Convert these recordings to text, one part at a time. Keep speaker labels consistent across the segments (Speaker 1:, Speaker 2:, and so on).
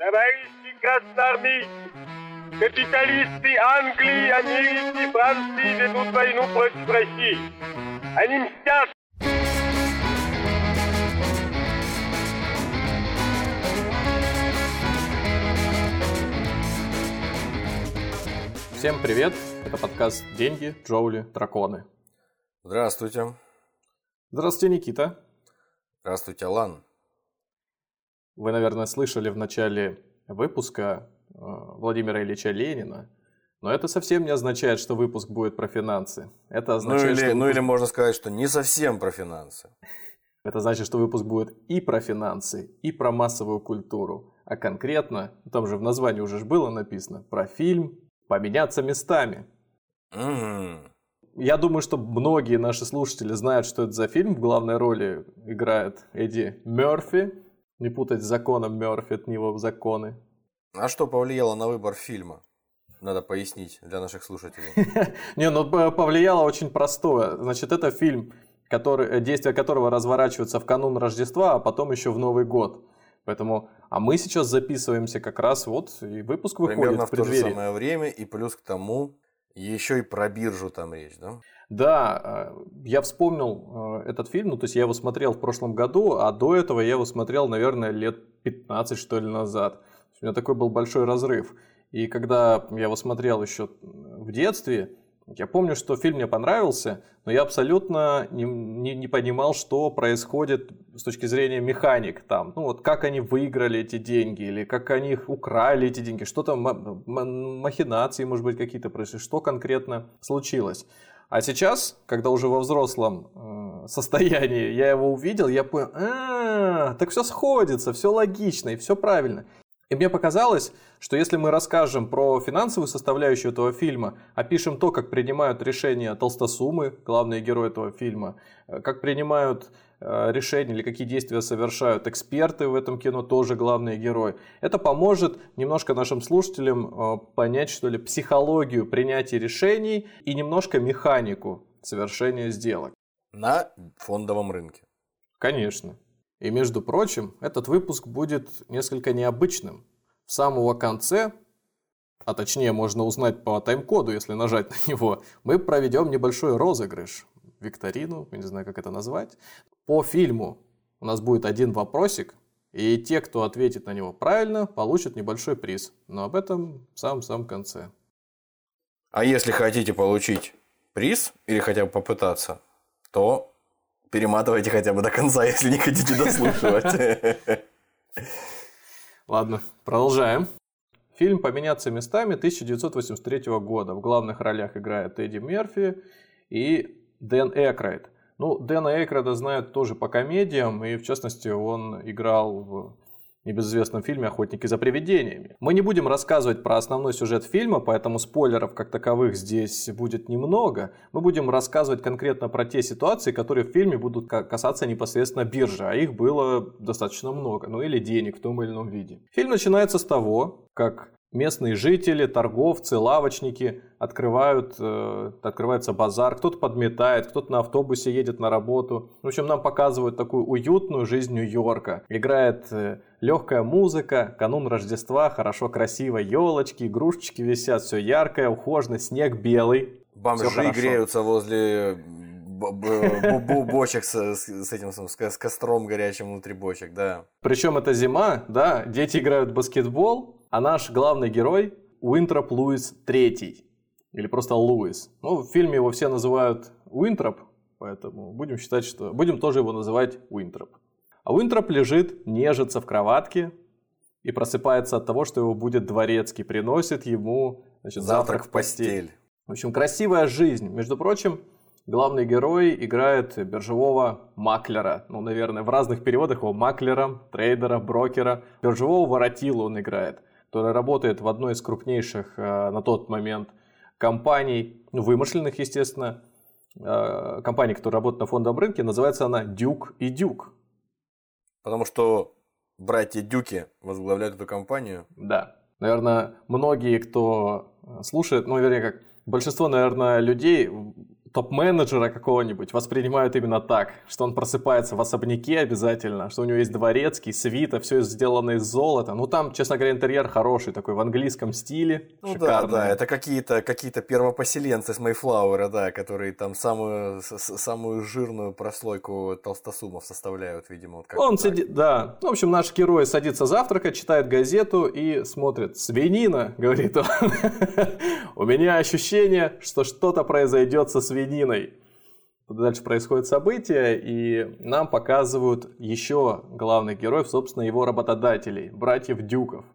Speaker 1: Товарищи красноармейцы, капиталисты Англии, Америки, Франции ведут войну против России. Они мстят.
Speaker 2: Всем привет! Это подкаст «Деньги, Джоули, Драконы».
Speaker 3: Здравствуйте.
Speaker 2: Здравствуйте, Никита.
Speaker 3: Здравствуйте, Алан.
Speaker 2: Вы, наверное, слышали в начале выпуска Владимира Ильича Ленина, но это совсем не означает, что выпуск будет про финансы. Это означает,
Speaker 3: или можно сказать, что не совсем про финансы.
Speaker 2: Это значит, что выпуск будет и про финансы, и про массовую культуру. А конкретно, там же в названии уже было написано, про фильм «Поменяться местами». Я думаю, что многие наши слушатели знают, что это за фильм. В главной роли играет Эдди Мерфи. Не путать с законом Мерфи, от него в законы.
Speaker 3: А что повлияло на выбор фильма? Надо пояснить для наших слушателей.
Speaker 2: Повлияло очень простое. Значит, это фильм, действие которого разворачивается в канун Рождества, а потом еще в Новый год. Поэтому, а мы сейчас записываемся как раз и выпуск выходит
Speaker 3: примерно
Speaker 2: в преддверии.
Speaker 3: В то же самое время, и плюс к тому, еще и про биржу там речь, да?
Speaker 2: Да, я вспомнил этот фильм, то есть я его смотрел в прошлом году, а до этого я его смотрел, наверное, лет 15, что ли, назад. У меня такой был большой разрыв. И когда я его смотрел еще в детстве, я помню, что фильм мне понравился, но я абсолютно не понимал, что происходит с точки зрения механик там. Как они выиграли эти деньги, или как они их украли, эти деньги, что там, махинации, может быть, какие-то произошли, что конкретно случилось. А сейчас, когда уже во взрослом состоянии я его увидел, я понял, так все сходится, все логично и все правильно. И мне показалось, что если мы расскажем про финансовую составляющую этого фильма, опишем то, как принимают решения толстосумы, главные герои этого фильма, как принимают решения или какие действия совершают эксперты в этом кино, тоже главные герои, это поможет немножко нашим слушателям понять, что ли, психологию принятия решений и немножко механику совершения сделок.
Speaker 3: На фондовом рынке.
Speaker 2: Конечно. И, между прочим, этот выпуск будет несколько необычным. В самом конце, а точнее можно узнать по тайм-коду, если нажать на него, мы проведем небольшой розыгрыш, викторину, я не знаю, как это назвать. По фильму у нас будет один вопросик, и те, кто ответит на него правильно, получат небольшой приз. Но об этом в самом конце.
Speaker 3: А если хотите получить приз, или хотя бы попытаться, то перематывайте хотя бы до конца, если не хотите дослушивать.
Speaker 2: Ладно, продолжаем. Фильм «Поменяться местами» 1983 года. В главных ролях играет Эдди Мерфи и Дэн Эйкройд. Дэна Эйкройда знают тоже по комедиям, и в частности он играл в небезызвестном фильме «Охотники за привидениями». Мы не будем рассказывать про основной сюжет фильма, поэтому спойлеров как таковых здесь будет немного. Мы будем рассказывать конкретно про те ситуации, которые в фильме будут касаться непосредственно биржи, а их было достаточно много, или денег в том или ином виде. Фильм начинается с того, как местные жители, торговцы, лавочники открывается базар, кто-то подметает, кто-то на автобусе едет на работу. В общем, нам показывают такую уютную жизнь Нью-Йорка. Играет легкая музыка, канун Рождества, хорошо, красиво, елочки, игрушечки висят, все яркое, ухоженное, снег белый.
Speaker 3: Бомжи греются возле бочек с костром горячим внутри бочек, да.
Speaker 2: Причем это зима, да, дети играют в баскетбол, а наш главный герой Уинтроп Луис III, или просто Луис. В фильме его все называют Уинтроп, поэтому будем тоже его называть Уинтроп. А Уинтроп лежит, нежится в кроватке и просыпается от того, что его будет дворецкий, приносит ему завтрак в постель. В общем, красивая жизнь. Между прочим, главный герой играет биржевого маклера. Наверное, в разных переводах его маклера, трейдера, брокера. Биржевого воротилу он играет, который работает в одной из крупнейших на тот момент компаний, вымышленных, естественно, компаний, которые работают на фондовом рынке. Называется она «Дюк и Дюк».
Speaker 3: Потому что братья Дюки возглавляют эту компанию.
Speaker 2: Да. Наверное, многие, кто слушает, большинство, наверное, людей топ-менеджера какого-нибудь воспринимают именно так, что он просыпается в особняке обязательно, что у него есть дворецкий, свита, все сделано из золота. Ну, там, честно говоря, интерьер хороший, такой в английском стиле,
Speaker 3: Ну
Speaker 2: шикарный.
Speaker 3: да, это какие-то первопоселенцы с Мейфлауэра, да, которые там самую жирную прослойку толстосумов составляют, видимо. Вот
Speaker 2: Он сидит, да. В общем, наш герой садится завтракать, читает газету и смотрит. Свинина, говорит он. У меня ощущение, что что-то произойдет со свининой. Дальше происходят события, и нам показывают еще главных героев, собственно, его работодателей, братьев Дюков.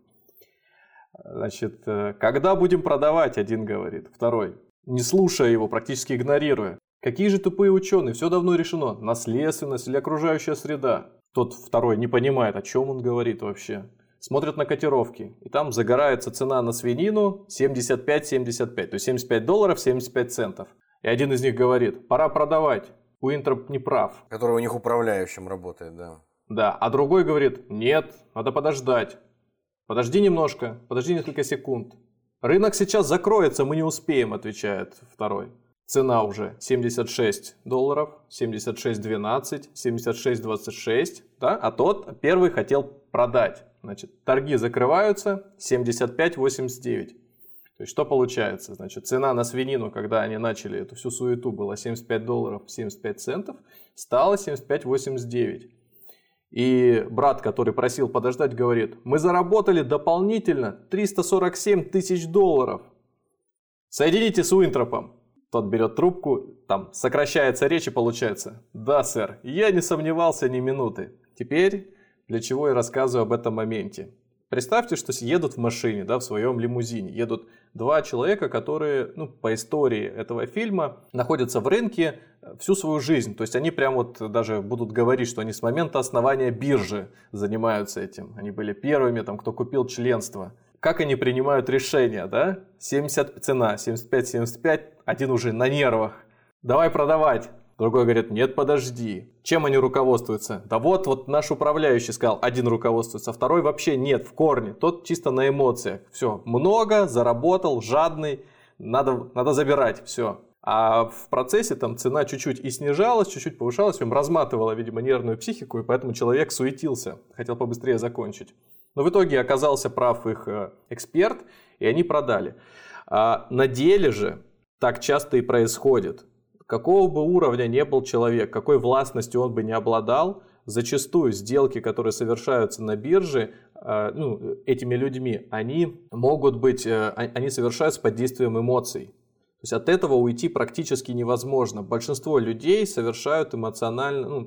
Speaker 2: Значит, когда будем продавать, один говорит, второй, не слушая его, практически игнорируя. Какие же тупые ученые, все давно решено, наследственность или окружающая среда. Тот второй не понимает, о чем он говорит вообще. Смотрят на котировки, и там загорается цена на свинину 75-75, то есть $75, 75 центов. И один из них говорит, пора продавать, Уинтроп не прав.
Speaker 3: Который у них управляющим работает, да.
Speaker 2: Да, а другой говорит, нет, надо подождать. Подожди немножко, подожди несколько секунд. Рынок сейчас закроется, мы не успеем, отвечает второй. Цена уже $76, 76.12, 76.26, да? А тот первый хотел продать. Значит, торги закрываются 75.89. То есть, что получается? Значит, цена на свинину, когда они начали эту всю суету, была $75, 75 центов, стала 75.89. И брат, который просил подождать, говорит, мы заработали дополнительно $347 тысяч. Соедините с Уинтропом. Тот берет трубку, там сокращается речь и получается. Да, сэр, я не сомневался ни минуты. Теперь, для чего я рассказываю об этом моменте. Представьте, что едут в машине, да, в своем лимузине. Едут два человека, которые, по истории этого фильма, находятся в рынке всю свою жизнь. То есть они прям вот даже будут говорить, что они с момента основания биржи занимаются этим. Они были первыми, там, кто купил членство. Как они принимают решения, да? 70 цена, 75-75, один уже на нервах. Давай продавать. Другой говорит, нет, подожди. Чем они руководствуются? Да вот наш управляющий сказал, один руководствуется, а второй вообще нет, в корне. Тот чисто на эмоциях. Все, много, заработал, жадный, надо забирать, все. А в процессе там цена чуть-чуть и снижалась, чуть-чуть повышалась, им разматывала, видимо, нервную психику, и поэтому человек суетился, хотел побыстрее закончить. Но в итоге оказался прав их эксперт, и они продали. А на деле же так часто и происходит. Какого бы уровня ни был человек, какой властностью он бы не обладал, зачастую сделки, которые совершаются на бирже, этими людьми, они могут быть, они совершаются под действием эмоций. То есть от этого уйти практически невозможно. Большинство людей совершают эмоционально,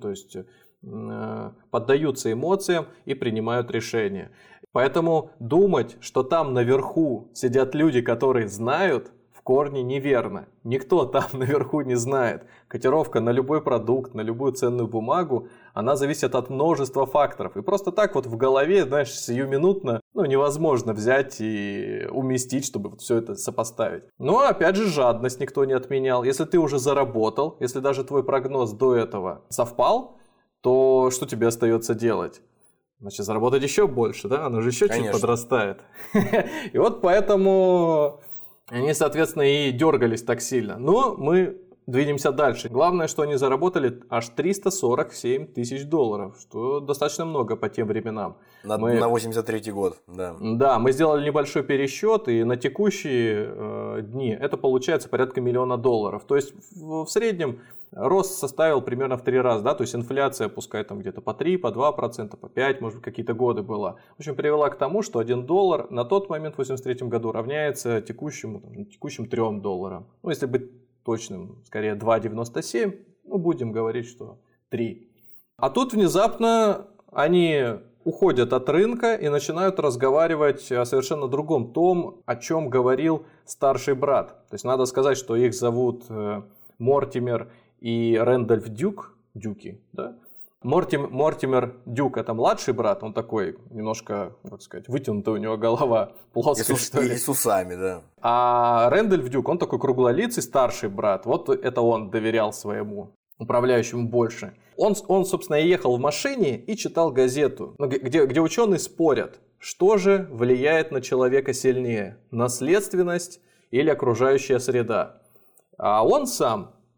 Speaker 2: поддаются эмоциям и принимают решения. Поэтому думать, что там наверху сидят люди, которые знают, в корне неверно. Никто там наверху не знает. Котировка на любой продукт, на любую ценную бумагу, она зависит от множества факторов. И просто так вот в голове, знаешь, сиюминутно невозможно взять и уместить, чтобы все это сопоставить. Но опять же жадность никто не отменял. Если ты уже заработал, если даже твой прогноз до этого совпал, то что тебе остается делать? Значит, заработать еще больше, да? Оно же еще чуть подрастает. И вот поэтому они, соответственно, и дергались так сильно. Но мы двинемся дальше. Главное, что они заработали аж $347 тысяч, что достаточно много по тем временам.
Speaker 3: На 83-й год, да.
Speaker 2: Да, мы сделали небольшой пересчет, и на текущие дни это получается порядка $1 миллиона. То есть в среднем рост составил примерно в 3 раза, да, то есть инфляция, пускай там где-то по 3, по 2%, по 5, может быть, какие-то годы была. В общем, привела к тому, что $1 на тот момент, в 1983 году, равняется текущим $3. Если быть точным, скорее 2,97, будем говорить, что 3. А тут внезапно они уходят от рынка и начинают разговаривать о совершенно другом, том, о чем говорил старший брат. То есть надо сказать, что их зовут Мортимер и Рэндольф Дюки, да? Мортимер Дюк — это младший брат, он такой немножко, как сказать, вытянутая у него голова, плоская, что ли.
Speaker 3: И с усами, да.
Speaker 2: А Рэндольф Дюк, он такой круглолицый старший брат, вот это он доверял своему управляющему больше. Он, собственно, ехал в машине и читал газету, где ученые спорят, что же влияет на человека сильнее, наследственность или окружающая среда. А он сам,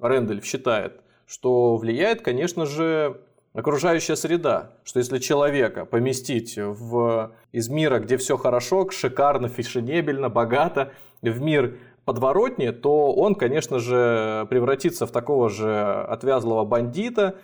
Speaker 2: Рэндольф считает, что влияет, конечно же, окружающая среда. Что если человека поместить из мира, где все хорошо, шикарно, фешенебельно, богато, в мир подворотни, то он, конечно же, превратится в такого же отвязлого бандита,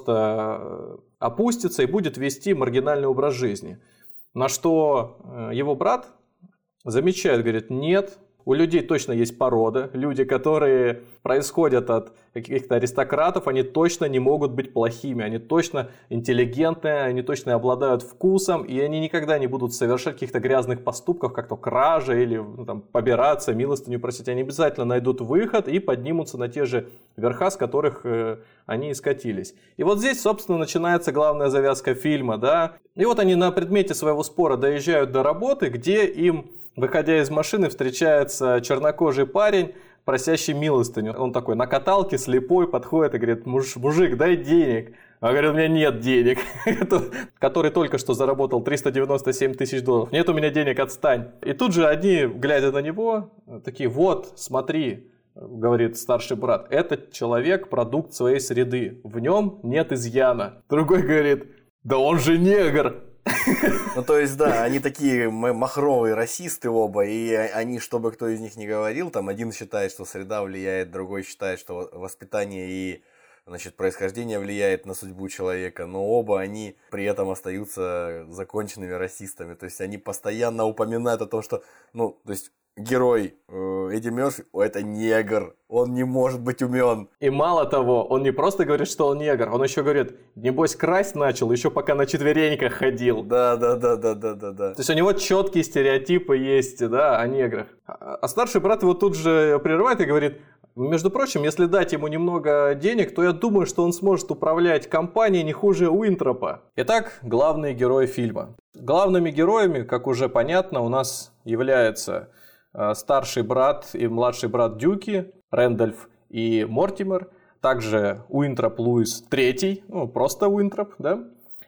Speaker 2: просто опустится и будет вести маргинальный образ жизни. На что его брат замечает, говорит, нет, у людей точно есть порода, люди, которые происходят от каких-то аристократов, они точно не могут быть плохими, они точно интеллигентные, они точно обладают вкусом, и они никогда не будут совершать каких-то грязных поступков, как то кража или там, побираться, милостыню просить. Они обязательно найдут выход и поднимутся на те же верха, с которых они и скатились. И вот здесь, собственно, начинается главная завязка фильма, да. И вот они на предмете своего спора доезжают до работы, где им, выходя из машины, встречается чернокожий парень, просящий милостыню. Он такой на каталке, слепой, подходит и говорит, мужик, дай денег. Он говорит, у меня нет денег. Который только что заработал $397 тысяч. Нет у меня денег, отстань. И тут же они, глядя на него, такие, вот, смотри, говорит старший брат, этот человек продукт своей среды. В нем нет изъяна. Другой говорит, да он же негр.
Speaker 3: Ну, то есть, да, они такие махровые расисты оба, и они, чтобы кто из них не говорил, там один считает, что среда влияет, другой считает, что воспитание и, значит, происхождение влияет на судьбу человека, но оба они при этом остаются законченными расистами, то есть они постоянно упоминают о том, что, ну, то есть герой Эдди Мерфи, это негр, он не может быть умен.
Speaker 2: И мало того, он не просто говорит, что он негр, он еще говорит, небось красть начал, еще пока на четвереньках ходил.
Speaker 3: Да.
Speaker 2: То есть у него четкие стереотипы есть, да, о неграх. А старший брат его тут же прерывает и говорит, между прочим, если дать ему немного денег, то я думаю, что он сможет управлять компанией не хуже Уинтропа. Итак, главные герои фильма. Главными героями, как уже понятно, у нас являются старший брат и младший брат Дюки, Рэндольф и Мортимер, также Уинтроп Луис III, ну просто Уинтроп, да,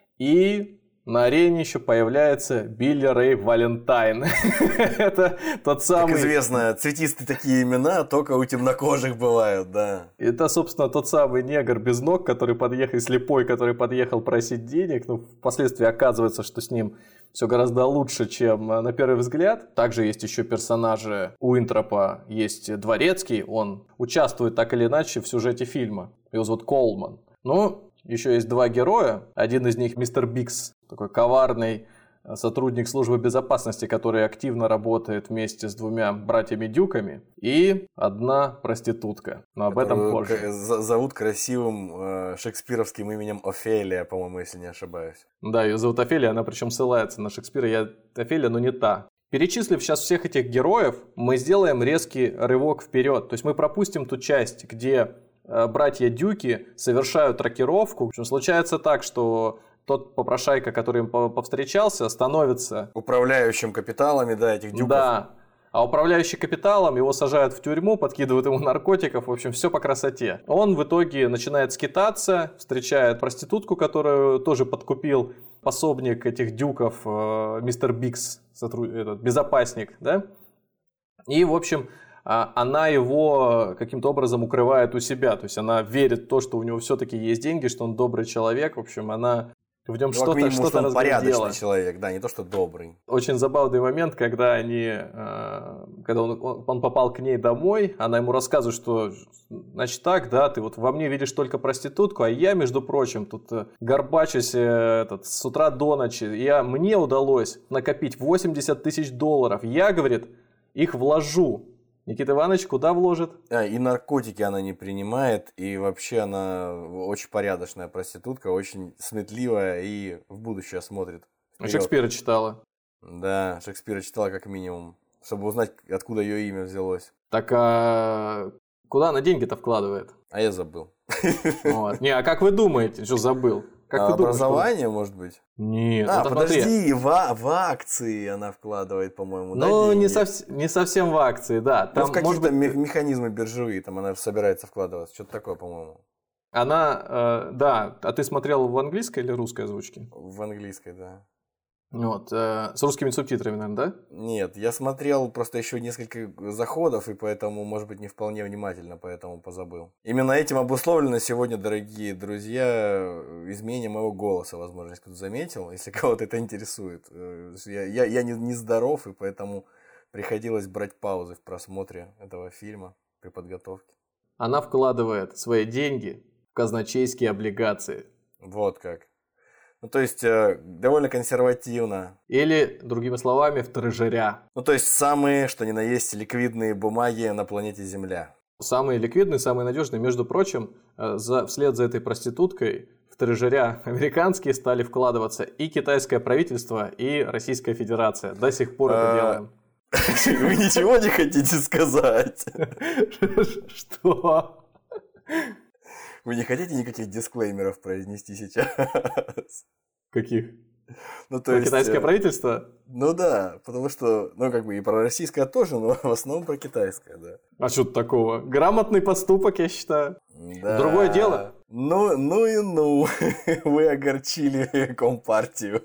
Speaker 2: и на арене еще появляется Билли Рэй Валентайн. Это тот самый...
Speaker 3: Как известно, цветистые такие имена только у темнокожих бывают, да.
Speaker 2: Это, собственно, тот самый негр без ног, который подъехал, слепой, который подъехал просить денег, но впоследствии оказывается, что с ним все гораздо лучше, чем на первый взгляд. Также есть еще персонажи Уинтропа, есть Дворецкий, он участвует так или иначе в сюжете фильма. Его зовут Колман. Ну, еще есть два героя. Один из них мистер Бикс, такой коварный сотрудник службы безопасности, который активно работает вместе с двумя братьями Дюками. И одна проститутка. Но об этом позже.
Speaker 3: Зовут красивым шекспировским именем Офелия, по-моему, если не ошибаюсь.
Speaker 2: Да, ее зовут Офелия, она причем ссылается на Шекспира. Я Офелия, но не та. Перечислив сейчас всех этих героев, мы сделаем резкий рывок вперед. То есть мы пропустим ту часть, где братья Дюки совершают рокировку. В общем, случается так, что тот попрошайка, который им повстречался, становится...
Speaker 3: управляющим капиталами, да, этих Дюков.
Speaker 2: Да, а управляющий капиталом его сажают в тюрьму, подкидывают ему наркотиков, в общем, все по красоте. Он в итоге начинает скитаться, встречает проститутку, которую тоже подкупил пособник этих Дюков, мистер Бикс, безопасник, да? И, в общем... она его каким-то образом укрывает у себя. То есть она верит в то, что у него все-таки есть деньги, что он добрый человек. В общем, она в нем что-то разглядела.
Speaker 3: Он порядочный человек, да, не то, что добрый.
Speaker 2: Очень забавный момент, когда он попал к ней домой, она ему рассказывает, что, значит так, да, ты вот во мне видишь только проститутку, а я, между прочим, тут горбачусь с утра до ночи. Мне удалось накопить $80 тысяч. Я, говорит, их вложу. Никита Иванович куда вложит?
Speaker 3: И наркотики она не принимает, и вообще она очень порядочная проститутка, очень сметливая и в будущее смотрит.
Speaker 2: Вперед. Шекспира читала.
Speaker 3: Да, Шекспира читала как минимум, чтобы узнать, откуда ее имя взялось.
Speaker 2: Так куда она деньги-то вкладывает?
Speaker 3: А я забыл.
Speaker 2: Вот. Не, а как вы думаете, что забыл? Как ты
Speaker 3: образование, думаешь, может быть?
Speaker 2: Нет.
Speaker 3: Подожди, в акции она вкладывает, по-моему,
Speaker 2: ну, да, не совсем в акции, да.
Speaker 3: Там, в какие-то механизмы биржевые, там она собирается вкладываться, что-то такое, по-моему.
Speaker 2: Она, да, а ты смотрел в английской или русской озвучке?
Speaker 3: В английской, да.
Speaker 2: Вот, с русскими субтитрами, наверное, да?
Speaker 3: Нет, я смотрел просто еще несколько заходов, и поэтому, может быть, не вполне внимательно, поэтому позабыл. Именно этим обусловлено сегодня, дорогие друзья, изменение моего голоса, возможно, если кто-то заметил, если кого-то это интересует. Я не здоров, и поэтому приходилось брать паузы в просмотре этого фильма при подготовке.
Speaker 2: Она вкладывает свои деньги в казначейские облигации.
Speaker 3: Вот как. Ну, то есть, довольно консервативно.
Speaker 2: Или, другими словами, в трежеря.
Speaker 3: Ну, то есть, самые, что ни на есть, ликвидные бумаги на планете Земля.
Speaker 2: Самые ликвидные, самые надежные. Между прочим, вслед за этой проституткой в трежеря американские стали вкладываться и китайское правительство, и Российская Федерация. До сих пор это делаем.
Speaker 3: Вы ничего не хотите сказать?
Speaker 2: Что?
Speaker 3: Вы не хотите никаких дисклеймеров произнести сейчас?
Speaker 2: Каких?
Speaker 3: Ну, то
Speaker 2: Про
Speaker 3: есть,
Speaker 2: китайское правительство?
Speaker 3: Ну да, потому что, ну как бы и про российское тоже, но в основном про китайское, да.
Speaker 2: А что тут такого? Грамотный поступок, я считаю.
Speaker 3: Да.
Speaker 2: Другое дело.
Speaker 3: Ну, вы огорчили Компартию.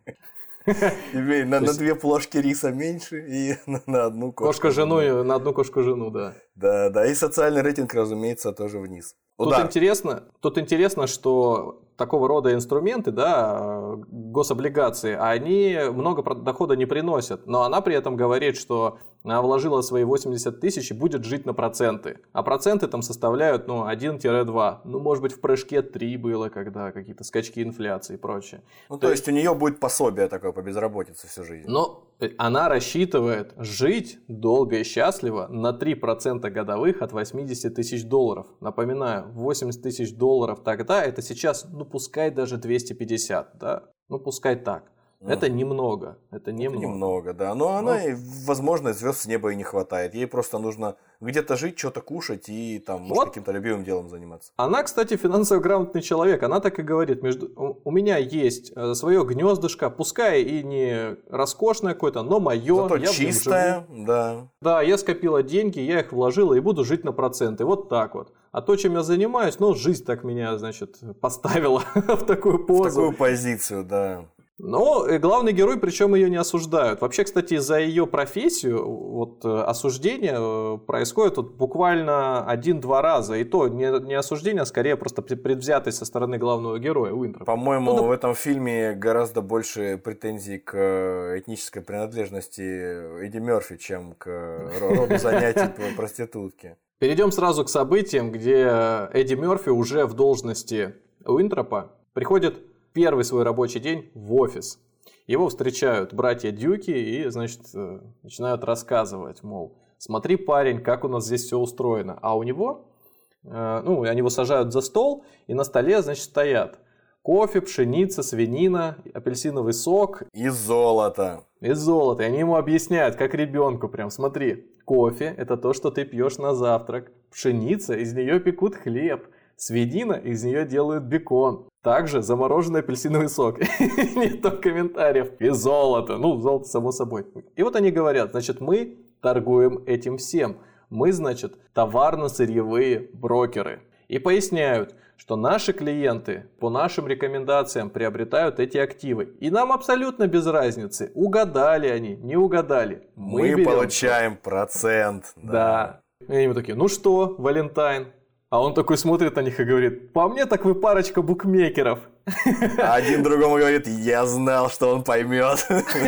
Speaker 3: Теперь на 2 плошки риса меньше и на одну кошку.
Speaker 2: На одну кошку-жену, да.
Speaker 3: Да, и социальный рейтинг, разумеется, тоже вниз.
Speaker 2: Тут интересно, что такого рода инструменты, да, гособлигации, они много дохода не приносят, но она при этом говорит, что она вложила свои 80 тысяч и будет жить на проценты. А проценты там составляют 1-2. Ну, может быть, в прыжке 3 было, когда какие-то скачки инфляции и прочее.
Speaker 3: Ну, то есть у нее будет пособие такое по безработице всю жизнь.
Speaker 2: Но она рассчитывает жить долго и счастливо на 3% годовых от 80 тысяч долларов. Напоминаю, 80 тысяч долларов тогда, это сейчас, пускай даже 250, да? Пускай так. Это немного. Это
Speaker 3: немного, да. Но она, возможно, звезд с неба и не хватает. Ей просто нужно где-то жить, что-то кушать и там, может, каким-то любимым делом заниматься.
Speaker 2: Она, кстати, финансово грамотный человек. Она так и говорит. У меня есть свое гнездышко, пускай и не роскошное какое-то, но мое.
Speaker 3: Зато чистое, да.
Speaker 2: Да, я скопила деньги, я их вложила и буду жить на проценты. Вот так вот. А то, чем я занимаюсь, жизнь так меня, поставила в такую позу.
Speaker 3: В такую позицию, да.
Speaker 2: Но главный герой, причем ее не осуждают. Вообще, кстати, за ее профессию осуждение происходит буквально 1-2 раза. И то не осуждение, а скорее просто предвзятость со стороны главного героя Уинтропа.
Speaker 3: По-моему, в этом фильме гораздо больше претензий к этнической принадлежности Эдди Мерфи, чем к роду занятий проститутки.
Speaker 2: Перейдем сразу к событиям, где Эдди Мерфи уже в должности Уинтропа приходит первый свой рабочий день в офис. Его встречают братья Дьюки и, начинают рассказывать, мол, смотри, парень, как у нас здесь все устроено. А у него, они его сажают за стол, и на столе, стоят кофе, пшеница, свинина, апельсиновый сок.
Speaker 3: И золото.
Speaker 2: И они ему объясняют, как ребенку прям, смотри, кофе – это то, что ты пьешь на завтрак. Пшеница, из нее пекут хлеб. Свинина, из нее делают бекон. Также замороженный апельсиновый сок. Нет там комментариев. И золото. Золото само собой. И они говорят, мы торгуем этим всем. Мы, товарно-сырьевые брокеры. И поясняют, что наши клиенты по нашим рекомендациям приобретают эти активы. И нам абсолютно без разницы, угадали они, не угадали.
Speaker 3: Мы получаем процент.
Speaker 2: Да. И они такие, что, Валентайн? А он такой смотрит на них и говорит, по мне так вы парочка букмекеров.
Speaker 3: А один другому говорит, я знал, что он поймет.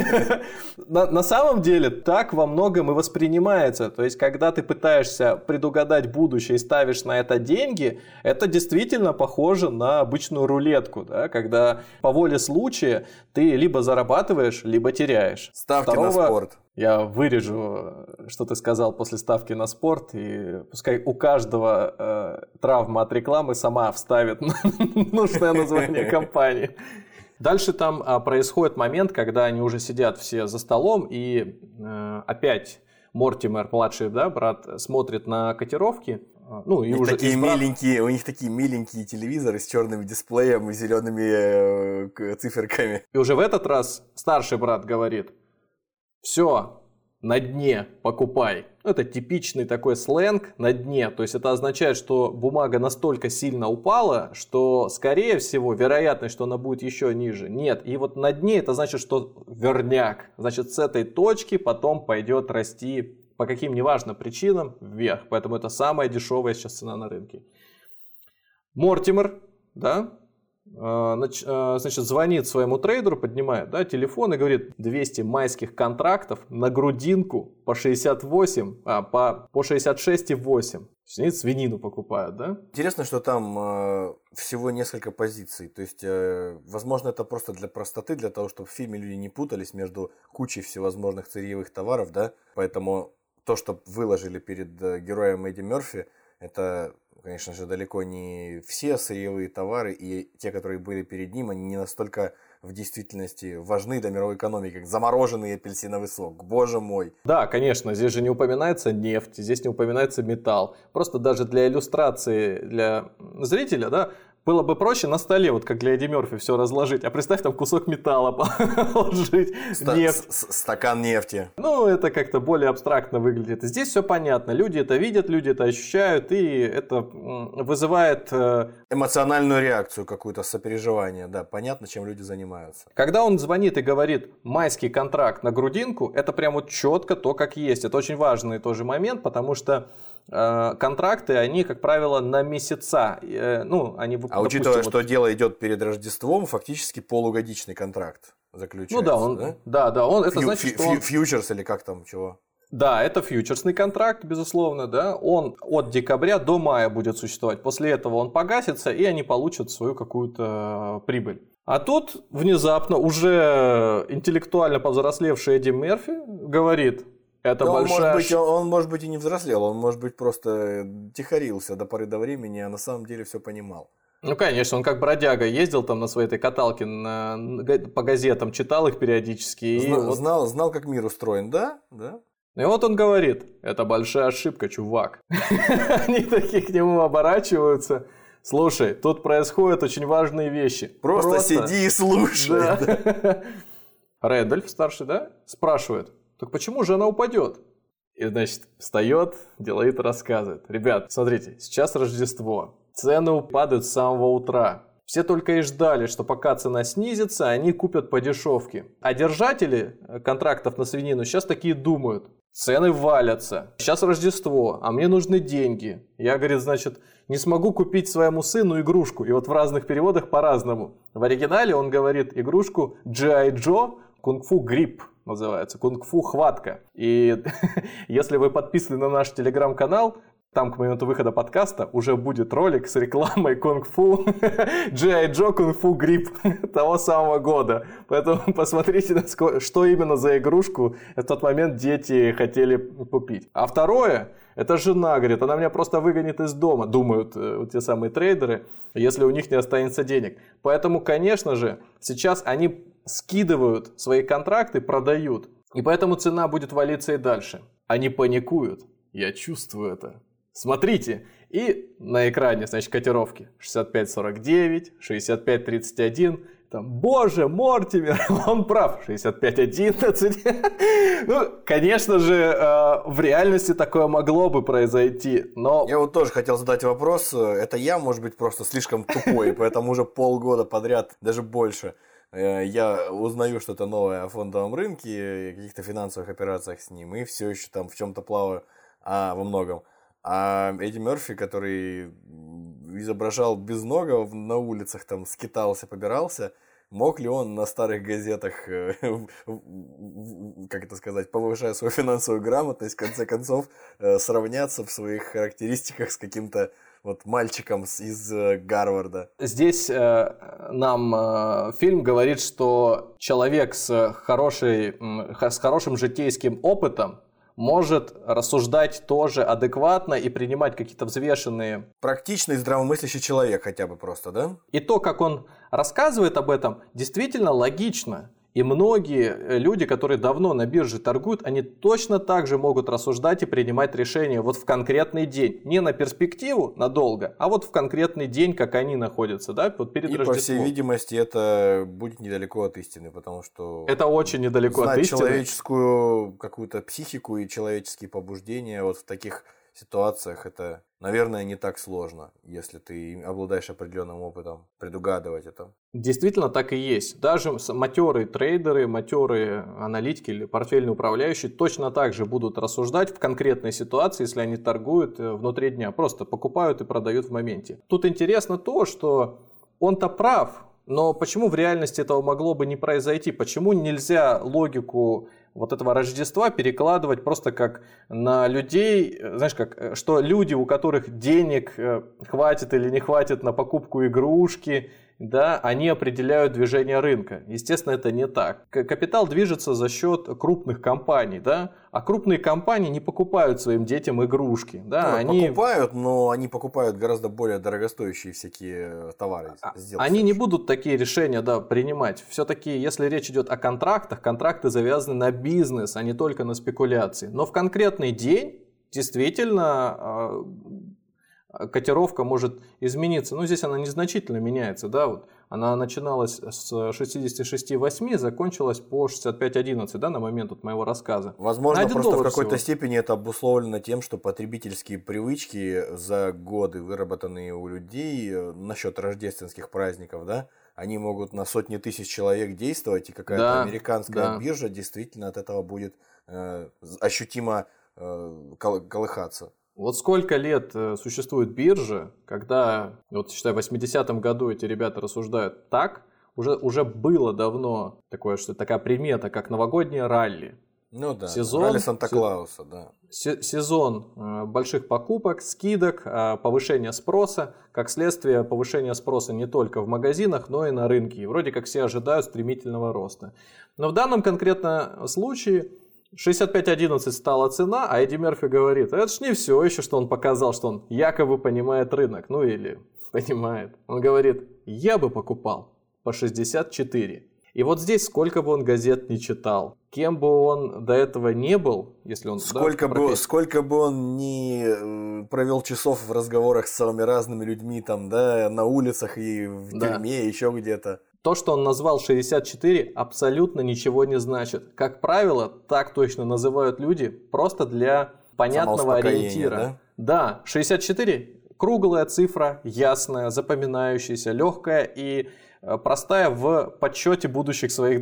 Speaker 2: На самом деле так во многом и воспринимается. То есть, когда ты пытаешься предугадать будущее и ставишь на это деньги, это действительно похоже на обычную рулетку, да? Когда по воле случая ты либо зарабатываешь, либо теряешь.
Speaker 3: Ставки на спорт.
Speaker 2: Я вырежу, что ты сказал после ставки на спорт, и пускай у каждого травма от рекламы сама вставит нужное название компании. Дальше там происходит момент, когда они уже сидят все за столом, и опять Мортимер, младший, да, брат, смотрит на котировки.
Speaker 3: У них такие миленькие телевизоры с черным дисплеем и зелеными циферками.
Speaker 2: И уже в этот раз старший брат говорит: все, на дне покупай. Это типичный такой сленг на дне. То есть это означает, что бумага настолько сильно упала, что скорее всего вероятность, что она будет еще ниже. Нет. И вот на дне это значит, что верняк. Значит, с этой точки потом пойдет расти по каким неважно причинам вверх. Поэтому это самая дешевая сейчас цена на рынке. Мортимер, да? Значит, звонит своему трейдеру, поднимает, да, телефон и говорит: 200 майских контрактов на грудинку по 68, по 66,8. Они свинину покупают, да?
Speaker 3: Интересно, что там всего несколько позиций. То есть, возможно, это просто для простоты, для того, чтобы в фильме люди не путались между кучей всевозможных сырьевых товаров, да? Поэтому то, что выложили перед героем Эдди Мерфи, это, конечно же, далеко не все сырьевые товары, и те, которые были перед ним, они не настолько в действительности важны для мировой экономики, как замороженный апельсиновый сок. Боже мой! Да,
Speaker 2: конечно, здесь же не упоминается нефть, здесь не упоминается металл. Просто даже для иллюстрации, для зрителя, да, было бы проще на столе, вот как для Эдди Мерфи, все разложить. А представь, там кусок металла положить, нефть.
Speaker 3: Стакан нефти.
Speaker 2: Ну, это как-то более абстрактно выглядит. Здесь все понятно. Люди это видят, люди это ощущают, и это вызывает...
Speaker 3: эмоциональную реакцию какую-то, сопереживание. Да, понятно, чем люди занимаются.
Speaker 2: Когда он звонит и говорит майский контракт на грудинку, это прям вот четко то, как есть. Это очень важный тоже момент, потому что контракты, они, как правило, на месяца. Ну, они,
Speaker 3: допустим, учитывая, что дело идет перед Рождеством, фактически полугодичный контракт заключается.
Speaker 2: Ну да, это значит, что он...
Speaker 3: Фьючерс или как там, чего?
Speaker 2: Да, это фьючерсный контракт, безусловно, да. Он от декабря до мая будет существовать. После этого он погасится, и они получат свою какую-то прибыль. А тут внезапно уже интеллектуально повзрослевший Эдди Мерфи говорит... Это большая...
Speaker 3: он, может быть, и не взрослел, он, может быть, просто тихорился до поры до времени, а на самом деле все понимал.
Speaker 2: Ну, конечно, он как бродяга ездил там на своей этой каталке по газетам, читал их периодически.
Speaker 3: Знал, как мир устроен, да?
Speaker 2: И вот он говорит: это большая ошибка, чувак. Они такие к нему оборачиваются. Слушай, тут происходят очень важные вещи.
Speaker 3: Просто сиди и слушай.
Speaker 2: Рэндольф, старший, да, спрашивает: так почему же она упадет? И, значит, встает, деловито рассказывает: ребят, смотрите, сейчас Рождество, цены падают с самого утра. Все только и ждали, что пока цена снизится, они купят по дешевке. А держатели контрактов на свинину сейчас такие думают: цены валятся, сейчас Рождество, а мне нужны деньги. Я, говорит, значит, не смогу купить своему сыну игрушку. И вот в разных переводах по-разному. В оригинале он говорит игрушку G.I. Joe Кунг-фу Грип. Называется кунг-фу хватка. И если вы подписаны на наш телеграм-канал, там к моменту выхода подкаста уже будет ролик с рекламой кунг-фу G.I. Joe кунг-фу грип того самого года. Поэтому посмотрите, что именно за игрушку в тот момент дети хотели купить. А второе, это жена, говорит, она меня просто выгонит из дома, думают те самые трейдеры, если у них не останется денег. Поэтому, конечно же, сейчас они скидывают свои контракты, продают. И поэтому цена будет валиться и дальше. Они паникуют. Я чувствую это. Смотрите. И на экране, значит, котировки. 65.49, 65.31. Там, боже, Мортимер, он прав. 65.11. Ну, конечно же, в реальности такое могло бы произойти, но...
Speaker 3: Я вот тоже хотел задать вопрос. Это я, может быть, просто слишком тупой, поэтому уже полгода подряд, даже больше, я узнаю что-то новое о фондовом рынке, каких-то финансовых операциях с ним, и все еще там в чем-то плаваю во многом. А Эдди Мерфи, который изображал безногого на улицах, там скитался, побирался, мог ли он на старых газетах, как это сказать, повышая свою финансовую грамотность, в конце концов, сравняться в своих характеристиках с каким-то вот мальчиком из Гарварда?
Speaker 2: Здесь нам фильм говорит, что человек с хорошим житейским опытом может рассуждать тоже адекватно и принимать какие-то взвешенные...
Speaker 3: Практичный, здравомыслящий человек хотя бы просто, да?
Speaker 2: И то, как он рассказывает об этом, действительно логично. И многие люди, которые давно на бирже торгуют, они точно так же могут рассуждать и принимать решения вот в конкретный день. Не на перспективу надолго, а вот в конкретный день, как они находятся, да, вот перед Рождеством.
Speaker 3: По всей видимости, это будет недалеко от истины, потому что...
Speaker 2: Это очень недалеко от истины.
Speaker 3: Знать человеческую какую-то психику и человеческие побуждения вот в таких ситуациях, это, наверное, не так сложно, если ты обладаешь определенным опытом, предугадывать это.
Speaker 2: Действительно так и есть. Даже матерые трейдеры, матерые аналитики или портфельные управляющие точно так же будут рассуждать в конкретной ситуации, если они торгуют внутри дня. Просто покупают и продают в моменте. Тут интересно то, что он-то прав, но почему в реальности этого могло бы не произойти? Почему нельзя логику вот этого Рождества перекладывать просто как на людей, знаешь, как, что люди, у которых денег хватит или не хватит на покупку игрушки, да, они определяют движение рынка. Естественно, это не так. Капитал движется за счет крупных компаний, да, а крупные компании не покупают своим детям игрушки. Да,
Speaker 3: ну,
Speaker 2: они
Speaker 3: покупают, но они покупают гораздо более дорогостоящие всякие товары.
Speaker 2: Они не будут такие решения, да, принимать. Все-таки, если речь идет о контрактах, контракты завязаны на бизнес, а не только на спекуляции. Но в конкретный день действительно котировка может измениться. Но здесь она незначительно меняется. Да? Вот она начиналась с 66,8, закончилась по 65,11, да, на момент вот моего рассказа.
Speaker 3: Возможно, просто в какой-то степени это обусловлено тем, что потребительские привычки за годы, выработанные у людей насчет рождественских праздников, да, они могут на сотни тысяч человек действовать, и какая-то американская биржа действительно от этого будет ощутимо колыхаться.
Speaker 2: Вот сколько лет существует биржа, когда, вот считай, в 80-м году эти ребята рассуждают так, уже было давно такое, что такая примета, как новогоднее ралли.
Speaker 3: Ну да, ралли Санта-Клауса, да.
Speaker 2: Сезон больших покупок, скидок, повышения спроса. Как следствие, повышения спроса не только в магазинах, но и на рынке. И вроде как все ожидают стремительного роста. Но в данном конкретном случае 65,11 стала цена, а Эдди Мерфи говорит, это ж не все еще, что он показал, что он якобы понимает рынок. Ну или понимает. Он говорит, я бы покупал по 64. И вот здесь сколько бы он газет не читал, кем бы он до этого не был, если он...
Speaker 3: Сколько бы он не провел часов в разговорах с самыми разными людьми там, да, на улицах и в тюрьме, еще где-то.
Speaker 2: То, что он назвал 64, абсолютно ничего не значит. Как правило, так точно называют люди просто для понятного ориентира. Да, 64 – круглая цифра, ясная, запоминающаяся, легкая и простая в подсчете будущих своих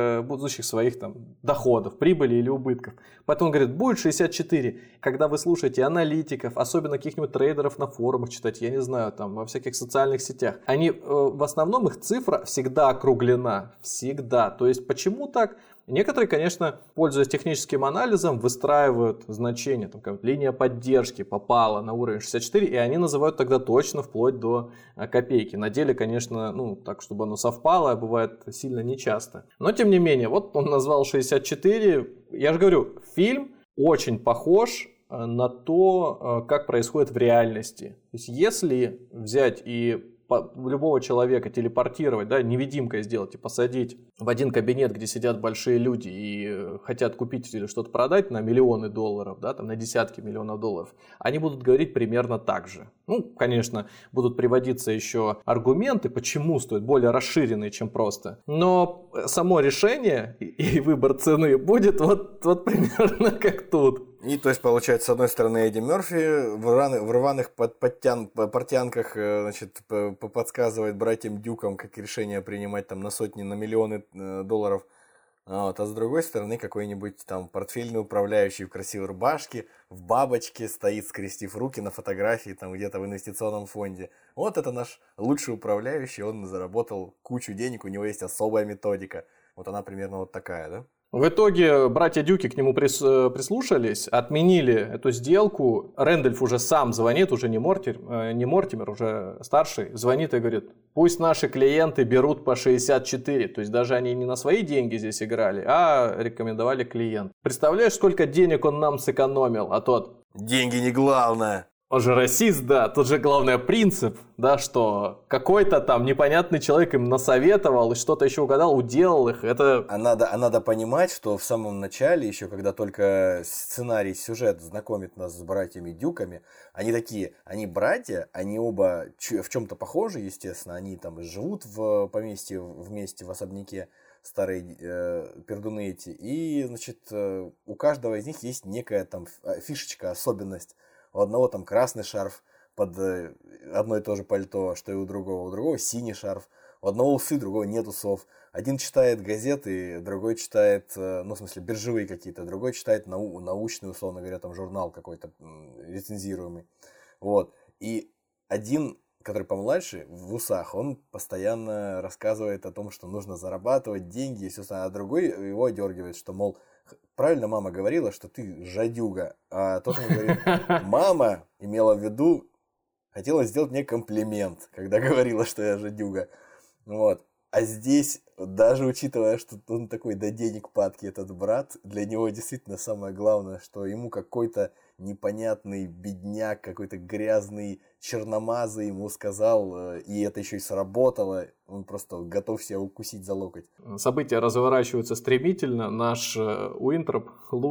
Speaker 2: там, доходов, прибыли или убытков. Поэтому он говорит, будет 64. Когда вы слушаете аналитиков, особенно каких-нибудь трейдеров на форумах читаете, я не знаю, там во всяких социальных сетях, они в основном их цифра всегда округлена. Всегда. То есть почему так? Некоторые, конечно, пользуясь техническим анализом, выстраивают значение. Там, как линия поддержки попала на уровень 64, и они называют тогда точно вплоть до копейки. На деле, конечно, ну, так, чтобы оно совпало, бывает сильно нечасто. Но, тем не менее, вот он назвал 64. Я же говорю, фильм очень похож на то, как происходит в реальности. То есть, если взять и любого человека телепортировать, да, невидимкой сделать и посадить в один кабинет, где сидят большие люди и хотят купить или что-то продать на миллионы долларов, да, там, на десятки миллионов долларов, они будут говорить примерно так же. Ну, конечно, будут приводиться еще аргументы, почему стоит, более расширенные, чем просто. Но само решение и выбор цены будет вот примерно как тут.
Speaker 3: И то есть, получается, с одной стороны, Эдди Мерфи в рваных портянках, значит, подсказывает братьям Дюкам, как решение принимать там на сотни, на миллионы долларов. Вот. А с другой стороны, какой-нибудь там портфельный управляющий в красивой рубашке, в бабочке, стоит, скрестив руки на фотографии там где-то в инвестиционном фонде. Вот это наш лучший управляющий, он заработал кучу денег, у него есть особая методика. Вот она примерно вот такая, да?
Speaker 2: В итоге братья Дюки к нему прислушались, отменили эту сделку. Рэндольф уже сам звонит, уже не Мортимер, уже старший, звонит и говорит, пусть наши клиенты берут по 64. То есть даже они не на свои деньги здесь играли, а рекомендовали клиент. Представляешь, сколько денег он нам сэкономил? А тот...
Speaker 3: Деньги не главное.
Speaker 2: Он же расист, да, тут же главный принцип, да, что какой-то там непонятный человек им насоветовал и что-то еще угадал, уделал их, это...
Speaker 3: А надо понимать, что в самом начале, еще когда только сценарий, сюжет знакомит нас с братьями Дюками, они братья, они оба в чем-то похожи, естественно, они там живут в поместье вместе в особняке, старые пердуны эти, и, значит, у каждого из них есть некая там фишечка, особенность. У одного там красный шарф под одно и то же пальто, что и у другого синий шарф, у одного усы, у другого нет усов. Один читает газеты, другой читает, ну, в смысле, биржевые какие-то, другой читает научный, условно говоря, там журнал какой-то рецензируемый. Вот. И один, который помладше, в усах, он постоянно рассказывает о том, что нужно зарабатывать деньги и все остальное, а другой его одергивает, что, мол, правильно мама говорила, что ты жадюга, а тот ему говорит, мама имела в виду, хотела сделать мне комплимент, когда говорила, что я жадюга. Вот. А здесь, даже учитывая, что он такой до денег падкий, этот брат, для него действительно самое главное, что ему какой-то непонятный бедняк, какой-то грязный черномазый ему сказал, и это еще и сработало, он просто готов себя укусить за локоть.
Speaker 2: События разворачиваются стремительно. Наш Уинтроп,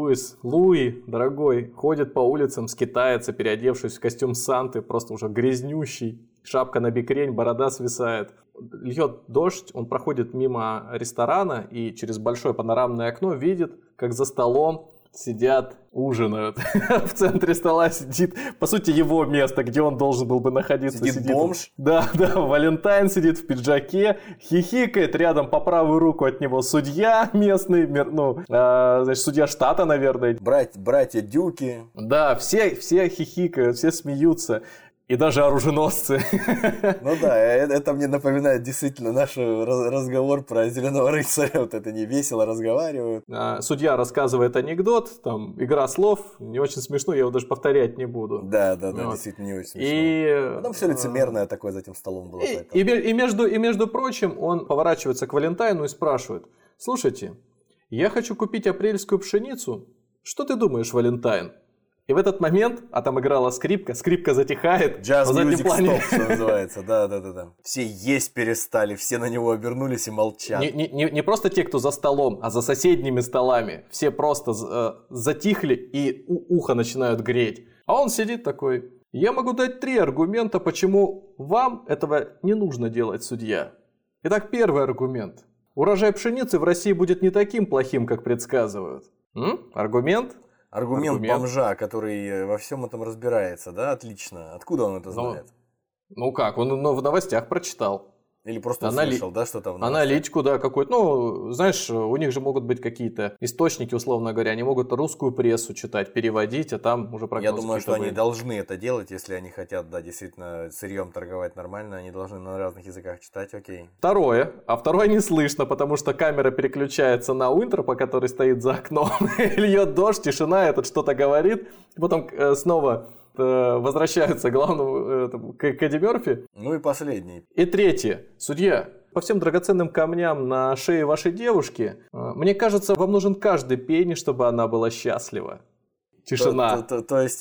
Speaker 2: Луи, дорогой, ходит по улицам, скитается, переодевшись в костюм Санты, просто уже грязнющий. Шапка на бекрень, борода свисает. Льет дождь, он проходит мимо ресторана и через большое панорамное окно видит, как за столом сидят, ужинают. В центре стола сидит, по сути, его место, где он должен был бы находиться.
Speaker 3: Сидит бомж?
Speaker 2: Да, Валентайн сидит в пиджаке, хихикает, рядом по правую руку от него судья местный, значит, судья штата, наверное.
Speaker 3: Братья Дюки.
Speaker 2: Да, все хихикают, все смеются. И даже оруженосцы.
Speaker 3: Ну да, это мне напоминает действительно наш разговор про Зеленого рыцаря. Вот это не весело разговаривают.
Speaker 2: Судья рассказывает анекдот, там игра слов, не очень смешно, я его даже повторять не буду.
Speaker 3: Да, действительно не очень смешно. Потом все лицемерное такое за этим столом было.
Speaker 2: И между прочим, он поворачивается к Валентайну и спрашивает: слушайте, я хочу купить апрельскую пшеницу. Что ты думаешь, Валентайн? И в этот момент, а там играла скрипка затихает.
Speaker 3: Jazz Music Stop, что называется, да. Все есть перестали, все на него обернулись и молчат.
Speaker 2: Не просто те, кто за столом, а за соседними столами. Все просто затихли и ухо начинают греть. А он сидит такой: я могу дать 3 аргумента, почему вам этого не нужно делать, судья. Итак, первый аргумент. Урожай пшеницы в России будет не таким плохим, как предсказывают. Аргумент?
Speaker 3: Аргумент бомжа, который во всем этом разбирается, да? Отлично. Откуда он это знает?
Speaker 2: Ну как, он в новостях прочитал.
Speaker 3: Или просто услышал, да, что там?
Speaker 2: Аналитику, да, какой-то. Ну, знаешь, у них же могут быть какие-то источники, условно говоря. Они могут русскую прессу читать, переводить, а там уже прогнозы.
Speaker 3: Я думаю, что они должны это делать, если они хотят, да, действительно, сырьем торговать нормально. Они должны на разных языках читать, окей.
Speaker 2: Второе не слышно, потому что камера переключается на Уинтропа, который стоит за окном. Льет дождь, тишина, этот что-то говорит. Потом снова возвращаются к главному, к Эдди Мерфи.
Speaker 3: Ну и последний.
Speaker 2: И третье. Судья, по всем драгоценным камням на шее вашей девушки, мне кажется, вам нужен каждый пенни, чтобы она была счастлива. Тишина.
Speaker 3: То есть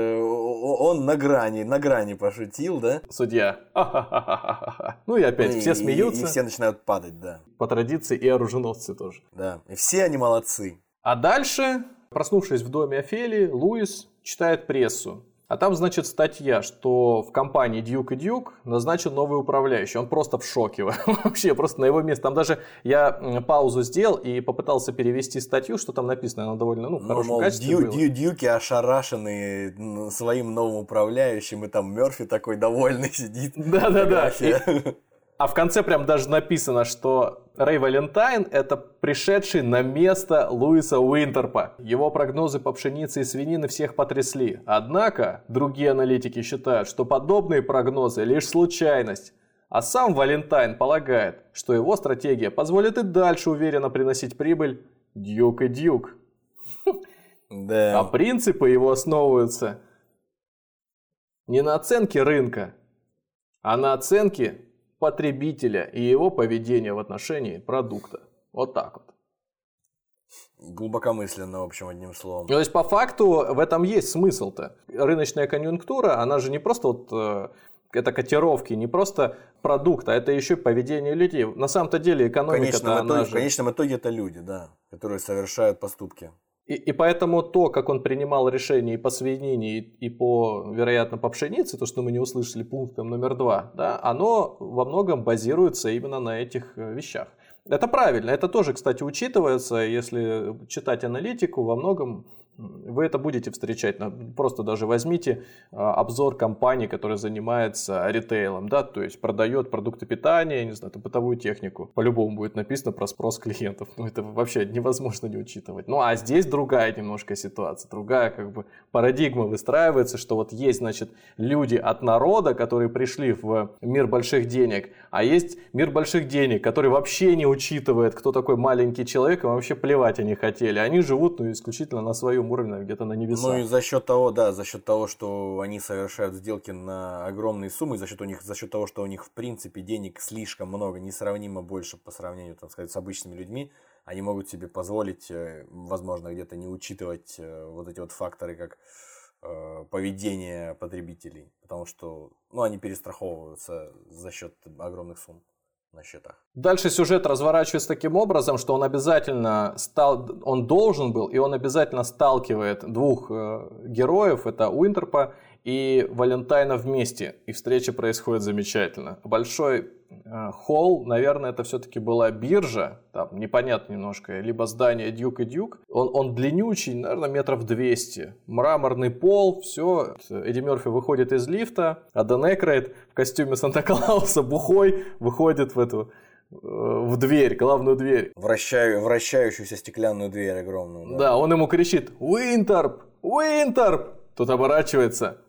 Speaker 3: он на грани пошутил, да?
Speaker 2: Судья. Ну и опять все смеются.
Speaker 3: И все начинают падать, да.
Speaker 2: По традиции и оруженосцы тоже.
Speaker 3: Да, и все они молодцы.
Speaker 2: А дальше, проснувшись в доме Офелии, Луис читает прессу. А там, значит, статья, что в компании Дьюк и Дьюк назначен новый управляющий. Он просто в шоке. Вообще, просто на его месте. Там даже я паузу сделал и попытался перевести статью, что там написано. Она довольно, в хорошем качестве было.
Speaker 3: Дьюки ошарашены своим новым управляющим, и там Мерфи такой довольный сидит.
Speaker 2: Да. А в конце прям даже написано, что Рэй Валентайн – это пришедший на место Луиса Уинтропа. Его прогнозы по пшенице и свинине всех потрясли. Однако другие аналитики считают, что подобные прогнозы – лишь случайность. А сам Валентайн полагает, что его стратегия позволит и дальше уверенно приносить прибыль Дьюк и Дьюк.
Speaker 3: Да.
Speaker 2: А принципы его основываются не на оценке рынка, а на оценке потребителя и его поведения в отношении продукта. Вот так вот.
Speaker 3: Глубокомысленно, в общем, одним словом.
Speaker 2: То есть, по факту, в этом есть смысл-то. Рыночная конъюнктура, она же не просто это котировки, не просто продукт, а это еще и поведение людей. На самом-то деле экономика-то
Speaker 3: в конечном итоге это люди, да, которые совершают поступки.
Speaker 2: И поэтому то, как он принимал решения и по свинине, и по, вероятно, по пшенице, то, что мы не услышали пунктом номер 2, да, оно во многом базируется именно на этих вещах. Это правильно, это тоже, кстати, учитывается, если читать аналитику, во многом вы это будете встречать. Просто даже возьмите обзор компании, которая занимается ритейлом, да, то есть продает продукты питания, не знаю, бытовую технику. По-любому будет написано про спрос клиентов. Ну, это вообще невозможно не учитывать. Ну, а здесь другая немножко ситуация, другая как бы парадигма выстраивается, что вот есть, значит, люди от народа, которые пришли в мир больших денег, а есть мир больших денег, который вообще не учитывает, кто такой маленький человек, и вообще плевать они хотели. Они живут, ну, исключительно на своем уровне, где-то на небесах.
Speaker 3: Ну и за счет того, что они совершают сделки на огромные суммы, за счет того, что у них в принципе денег слишком много, несравнимо больше по сравнению, так сказать, с обычными людьми, они могут себе позволить, возможно, где-то не учитывать вот эти вот факторы, как поведение потребителей, потому что, ну, они перестраховываются за счет огромных сумм на счетах.
Speaker 2: Дальше сюжет разворачивается таким образом, что он обязательно он должен был, и он обязательно сталкивает двух героев, это Уинтерпа и Валентайна вместе, и встреча происходит замечательно. Большой холл, наверное, это все-таки была биржа, там непонятно немножко, либо здание Дьюк и Дьюк. Он длиннючий, наверное, метров 200. Мраморный пол, все. Эдди Мерфи выходит из лифта, а Дэн Эйкройд в костюме Санта-Клауса бухой выходит в дверь, главную дверь.
Speaker 3: Вращающуюся стеклянную дверь огромную.
Speaker 2: Да, он ему кричит: «Уинтерп! Уинтерп!» Тут оборачивается.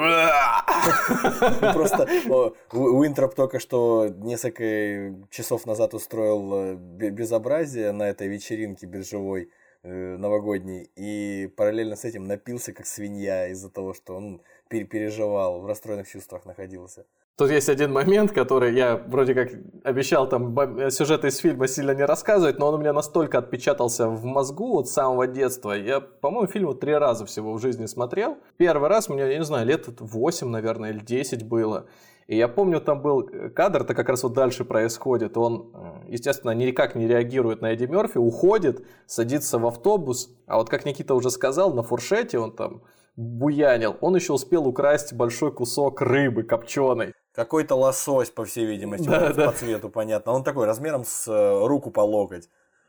Speaker 3: Просто Уинтроп только что несколько часов назад устроил безобразие на этой вечеринке биржевой новогодней, и параллельно с этим напился как свинья из-за того, что он переживал, в расстроенных чувствах находился.
Speaker 2: Тут есть один момент, который я вроде как обещал там сюжет из фильма сильно не рассказывать, но он у меня настолько отпечатался в мозгу вот с самого детства. Я, по-моему, фильм 3 раза всего в жизни смотрел. Первый раз мне, я не знаю, лет 8, наверное, или 10 было. И я помню, там был кадр, это как раз вот дальше происходит. Он, естественно, никак не реагирует на Эдди Мерфи, уходит, садится в автобус. А вот как Никита уже сказал, на фуршете он там буянил. Он еще успел украсть большой кусок рыбы копченой.
Speaker 3: Какой-то лосось, по всей видимости, по цвету, понятно. Он такой, размером с руку по локоть.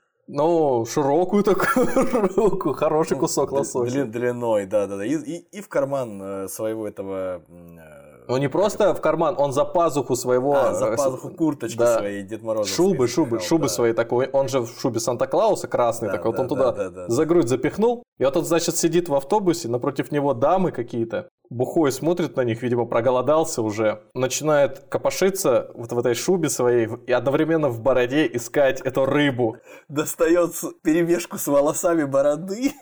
Speaker 2: Ну, широкую такую руку, хороший кусок лосося.
Speaker 3: Длиной, да. И в карман своего этого...
Speaker 2: Ну, не просто в карман, он за пазуху своего...
Speaker 3: за пазуху курточки своей Дед Мороза.
Speaker 2: Шубы своей такой. Он же в шубе Санта-Клауса красный такой. Вот он туда за грудь запихнул. И вот он, значит, сидит в автобусе, напротив него дамы какие-то. Бухой смотрит на них, видимо, проголодался уже. Начинает копошиться вот в этой шубе своей и одновременно в бороде искать эту рыбу.
Speaker 3: Достает перемешку с волосами бороды.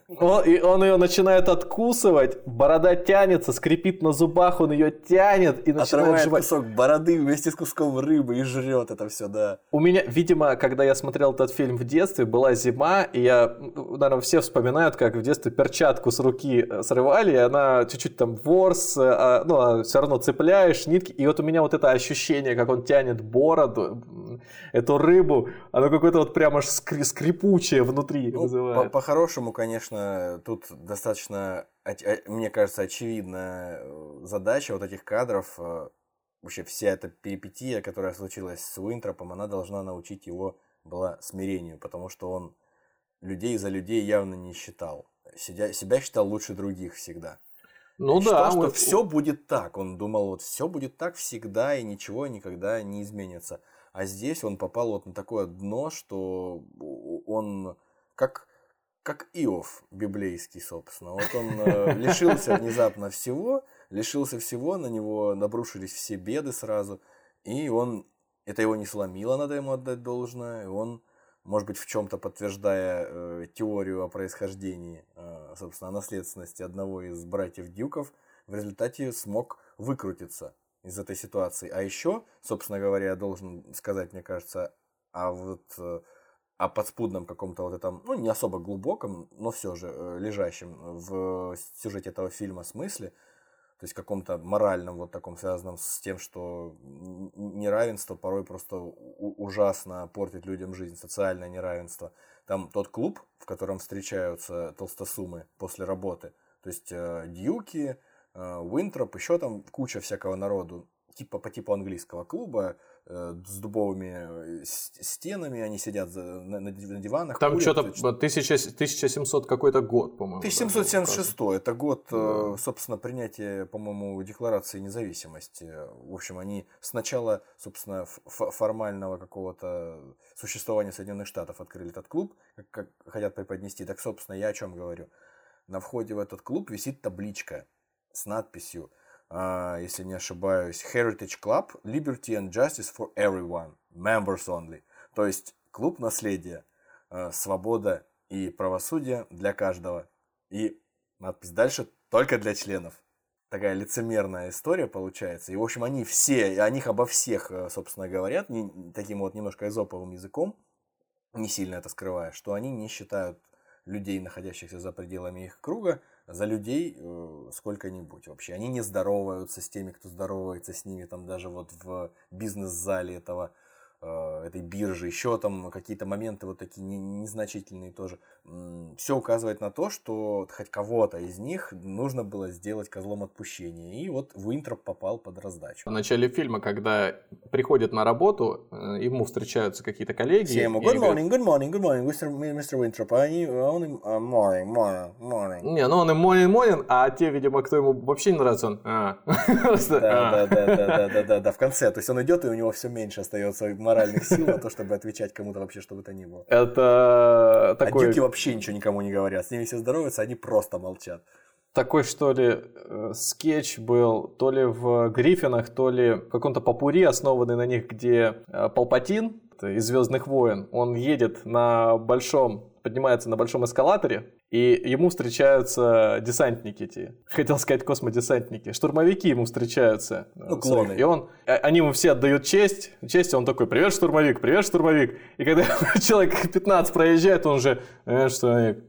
Speaker 2: И он ее начинает откусывать, борода тянется, скрипит на зубах, он ее тянет и начинает
Speaker 3: отрывает
Speaker 2: жевать.
Speaker 3: Кусок бороды вместе с куском рыбы и жрет это все, да.
Speaker 2: У меня, видимо, когда я смотрел этот фильм в детстве, была зима, и я, наверное, все вспоминают, как в детстве перчатку с руки срывали, и она чуть-чуть там ворс, но все равно цепляешь нитки, и вот у меня вот это ощущение, как он тянет бороду, эту рыбу, оно какое-то вот прямо аж скрипучее внутри вызывает.
Speaker 3: По-хорошему, конечно, тут достаточно, мне кажется, очевидная задача вот этих кадров. Вообще вся эта перипетия, которая случилась с Уинтропом, она должна научить его была смирению, потому что он людей за людей явно не считал. Себя считал лучше других всегда.
Speaker 2: Ну
Speaker 3: считал, что все будет так. Он думал, вот все будет так всегда, и ничего никогда не изменится. А здесь он попал вот на такое дно, что он как Иов библейский, собственно. Вот он лишился внезапно всего, на него обрушились все беды сразу, и это его не сломило, надо ему отдать должное, и он, может быть, в чем-то подтверждая теорию о происхождении, собственно, о наследственности одного из братьев Дюков, в результате смог выкрутиться из этой ситуации. А еще, собственно говоря, я должен сказать, мне кажется, о о подспудном каком-то вот этом, ну, не особо глубоком, но все же лежащем в сюжете этого фильма смысле, то есть каком-то моральном вот таком, связанном с тем, что неравенство порой просто ужасно портит людям жизнь, социальное неравенство. Там тот клуб, в котором встречаются толстосумы после работы, то есть Дьюки, Уинтроп, еще там куча всякого народу, по типу английского клуба, с дубовыми стенами, они сидят на диванах.
Speaker 2: Там
Speaker 3: курят,
Speaker 2: что-то 1700 какой-то год, по-моему.
Speaker 3: 1776 это год, собственно, принятия, по-моему, Декларации независимости. В общем, они сначала, собственно, формального какого-то существования Соединенных Штатов открыли этот клуб, как хотят преподнести. Так, собственно, я о чем говорю. На входе в этот клуб висит табличка с надписью, если не ошибаюсь, Heritage Club, Liberty and Justice for Everyone, Members Only. То есть клуб наследия, свобода и правосудие для каждого. И надпись дальше только для членов. Такая лицемерная история получается. И, в общем, они все, о них обо всех, собственно, говорят, таким вот немножко эзоповым языком, не сильно это скрывая, что они не считают людей, находящихся за пределами их круга, за людей сколько-нибудь вообще. Они не здороваются с теми, кто здоровается с ними, там даже вот в бизнес-зале этой биржи, еще там какие-то моменты вот такие незначительные тоже. Все указывает на то, что хоть кого-то из них нужно было сделать козлом отпущения. И вот Уинтроп попал под раздачу.
Speaker 2: В начале фильма, когда приходит на работу, ему встречаются какие-то коллеги.
Speaker 3: Все ему good morning, Mr. Winthrop. Он им morning.
Speaker 2: Не, ну он им morning, а те, видимо, кто ему вообще не нравится, он
Speaker 3: Да, в конце. То есть он идет, и у него все меньше остается моральных сил на то, чтобы отвечать кому-то вообще, что бы то ни было.
Speaker 2: Это такой...
Speaker 3: А дюки вообще ничего никому не говорят. С ними все здороваются, они просто молчат.
Speaker 2: Такой, что ли, скетч был то ли в Гриффинах, то ли в каком-то попурри, основанный на них, где Палпатин из «Звездных войн», он едет поднимается на большом эскалаторе, и ему встречаются десантники эти. Хотел сказать космодесантники. Штурмовики ему встречаются.
Speaker 3: Ну, клоны.
Speaker 2: И они ему все отдают честь, и он такой: привет, штурмовик, привет, штурмовик. И когда человек 15 проезжает, он уже: штурмовик,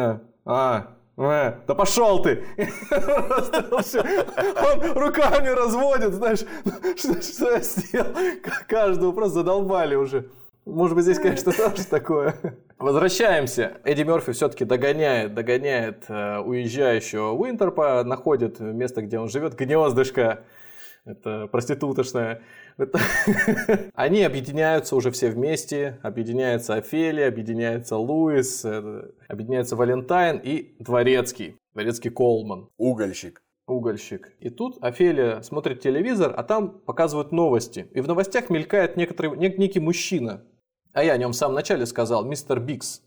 Speaker 2: да пошел ты! Он руками разводит, знаешь, что я сделал? Каждого просто задолбали уже. Может быть, здесь, конечно, тоже такое. Возвращаемся. Эдди Мерфи все-таки догоняет уезжающего Уинтропа, находит место, где он живет, гнездышко. Это проституточное. Они объединяются уже все вместе. Объединяется Офелия, объединяется Луис, объединяется Валентайн и Дворецкий. Дворецкий Колман.
Speaker 3: Угольщик.
Speaker 2: И тут Офелия смотрит телевизор, а там показывают новости. И в новостях мелькает некий мужчина. А я о нем в самом начале сказал, мистер Бикс.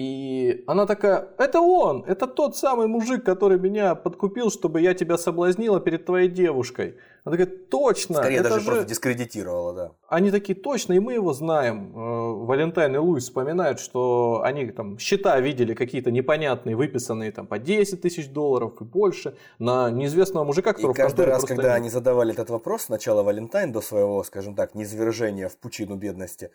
Speaker 2: И она такая: это он, это тот самый мужик, который меня подкупил, чтобы я тебя соблазнила перед твоей девушкой. Она такая: точно.
Speaker 3: Скорее даже просто дискредитировала, да.
Speaker 2: Они такие: точно, и мы его знаем. Валентайн и Луис вспоминают, что они там счета видели какие-то непонятные, выписанные там по $10 тысяч и больше на неизвестного мужика, который...
Speaker 3: И каждый раз, когда они задавали этот вопрос, сначала Валентайн до своего, скажем так, низвержения в пучину бедности,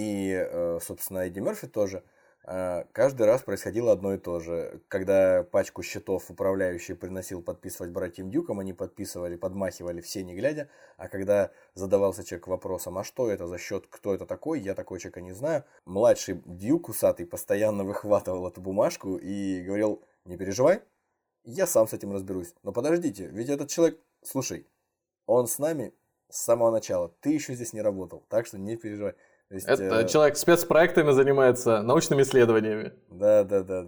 Speaker 3: и, собственно, Эдди Мерфи тоже, каждый раз происходило одно и то же. Когда пачку счетов управляющий приносил подписывать братьям Дюкам, они подписывали, подмахивали все не глядя. А когда задавался человек вопросом: а что это за счет, кто это такой, я такого человека не знаю, младший Дюк усатый постоянно выхватывал эту бумажку и говорил: не переживай, я сам с этим разберусь. Но подождите, ведь этот человек, слушай, он с нами с самого начала, ты еще здесь не работал, так что не переживай. Есть,
Speaker 2: это человек спецпроектами занимается, научными исследованиями.
Speaker 3: Да.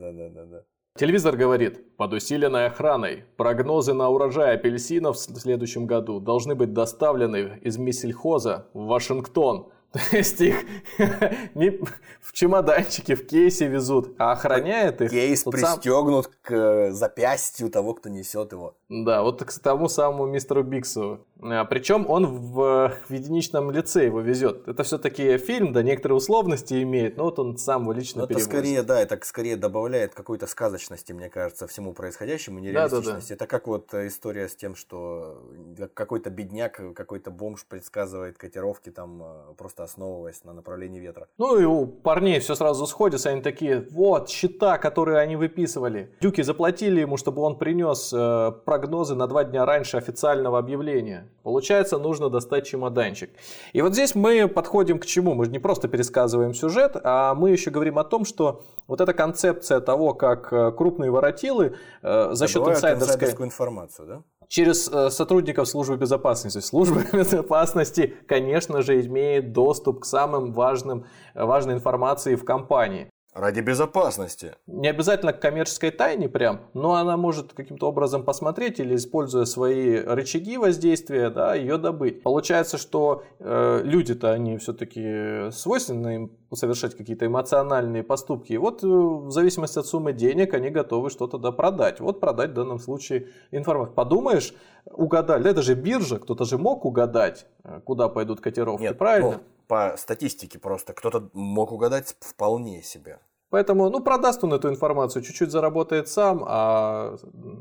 Speaker 2: Телевизор говорит: под усиленной охраной прогнозы на урожай апельсинов в следующем году должны быть доставлены из Миссельхоза в Вашингтон. То есть их не в чемоданчике, в кейсе везут, а охраняет их...
Speaker 3: Кейс пристегнут к запястью того, кто несет его.
Speaker 2: Да, вот к тому самому мистеру Биксу. Причем он в единичном лице его везет. Это все-таки фильм, да, некоторые условности имеет, но вот он сам его лично перевозит.
Speaker 3: Это скорее добавляет какой-то сказочности, мне кажется, всему происходящему, нереалистичности. Да. Это как вот история с тем, что какой-то бедняк, какой-то бомж предсказывает котировки там просто просто основываясь на направлении ветра.
Speaker 2: Ну и у парней все сразу сходится, они такие, вот, счета, которые они выписывали. Дюки заплатили ему, чтобы он принес прогнозы на 2 дня раньше официального объявления. Получается, нужно достать чемоданчик. И вот здесь мы подходим к чему? Мы же не просто пересказываем сюжет, а мы еще говорим о том, что вот эта концепция того, как крупные воротилы за счет
Speaker 3: инсайдерскую информацию, да?
Speaker 2: Через сотрудников службы безопасности. Служба безопасности, конечно же, имеет доступ к самым важной информации в компании.
Speaker 3: Ради безопасности.
Speaker 2: Не обязательно к коммерческой тайне прям, но она может каким-то образом посмотреть или, используя свои рычаги воздействия, да, ее добыть. Получается, что люди-то, они все-таки свойственно им совершать какие-то эмоциональные поступки. И вот в зависимости от суммы денег они готовы что-то продать. Вот продать в данном случае информацию. Подумаешь, угадали, это же биржа, кто-то же мог угадать, куда пойдут котировки,
Speaker 3: нет,
Speaker 2: правильно?
Speaker 3: Ну, по статистике просто кто-то мог угадать вполне себе.
Speaker 2: Поэтому, продаст он эту информацию, чуть-чуть заработает сам, а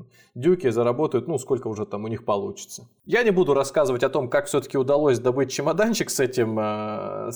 Speaker 2: дюки заработают, сколько уже там у них получится. Я не буду рассказывать о том, как все-таки удалось добыть чемоданчик с этим.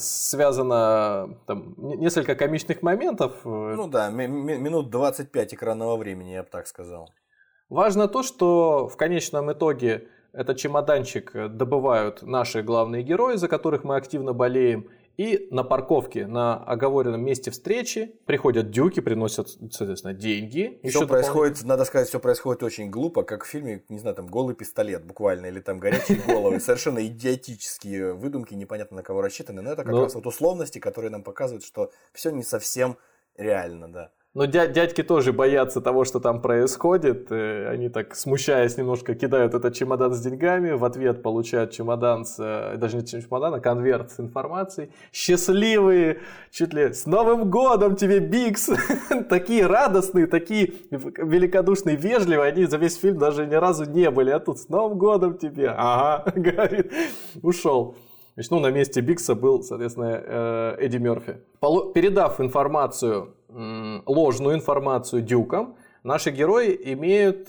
Speaker 2: Связано там несколько комичных моментов.
Speaker 3: Ну да, минут 25 экранного времени, я бы так сказал.
Speaker 2: Важно то, что в конечном итоге этот чемоданчик добывают наши главные герои, за которых мы активно болеем. И на парковке, на оговоренном месте встречи приходят дюки, приносят, соответственно, деньги.
Speaker 3: Все происходит, надо сказать, все происходит очень глупо, как в фильме, не знаю, там «Голый пистолет» буквально, или там «Горячие головы». Совершенно идиотические выдумки, непонятно на кого рассчитаны. Но это как раз вот условности, которые нам показывают, что все не совсем реально, да.
Speaker 2: Но дядьки тоже боятся того, что там происходит. Они так, смущаясь немножко, кидают этот чемодан с деньгами. В ответ получают чемодан даже не чемодан, а конверт с информацией. Счастливые, чуть ли с Новым годом тебе, Бикс! Такие радостные, такие великодушные, вежливые. Они за весь фильм даже ни разу не были. А тут с Новым годом тебе! Ага, говорит, ушел. Значит, на месте Бикса был, соответственно, Эдди Мерфи. Передав информацию, ложную информацию дюкам, наши герои имеют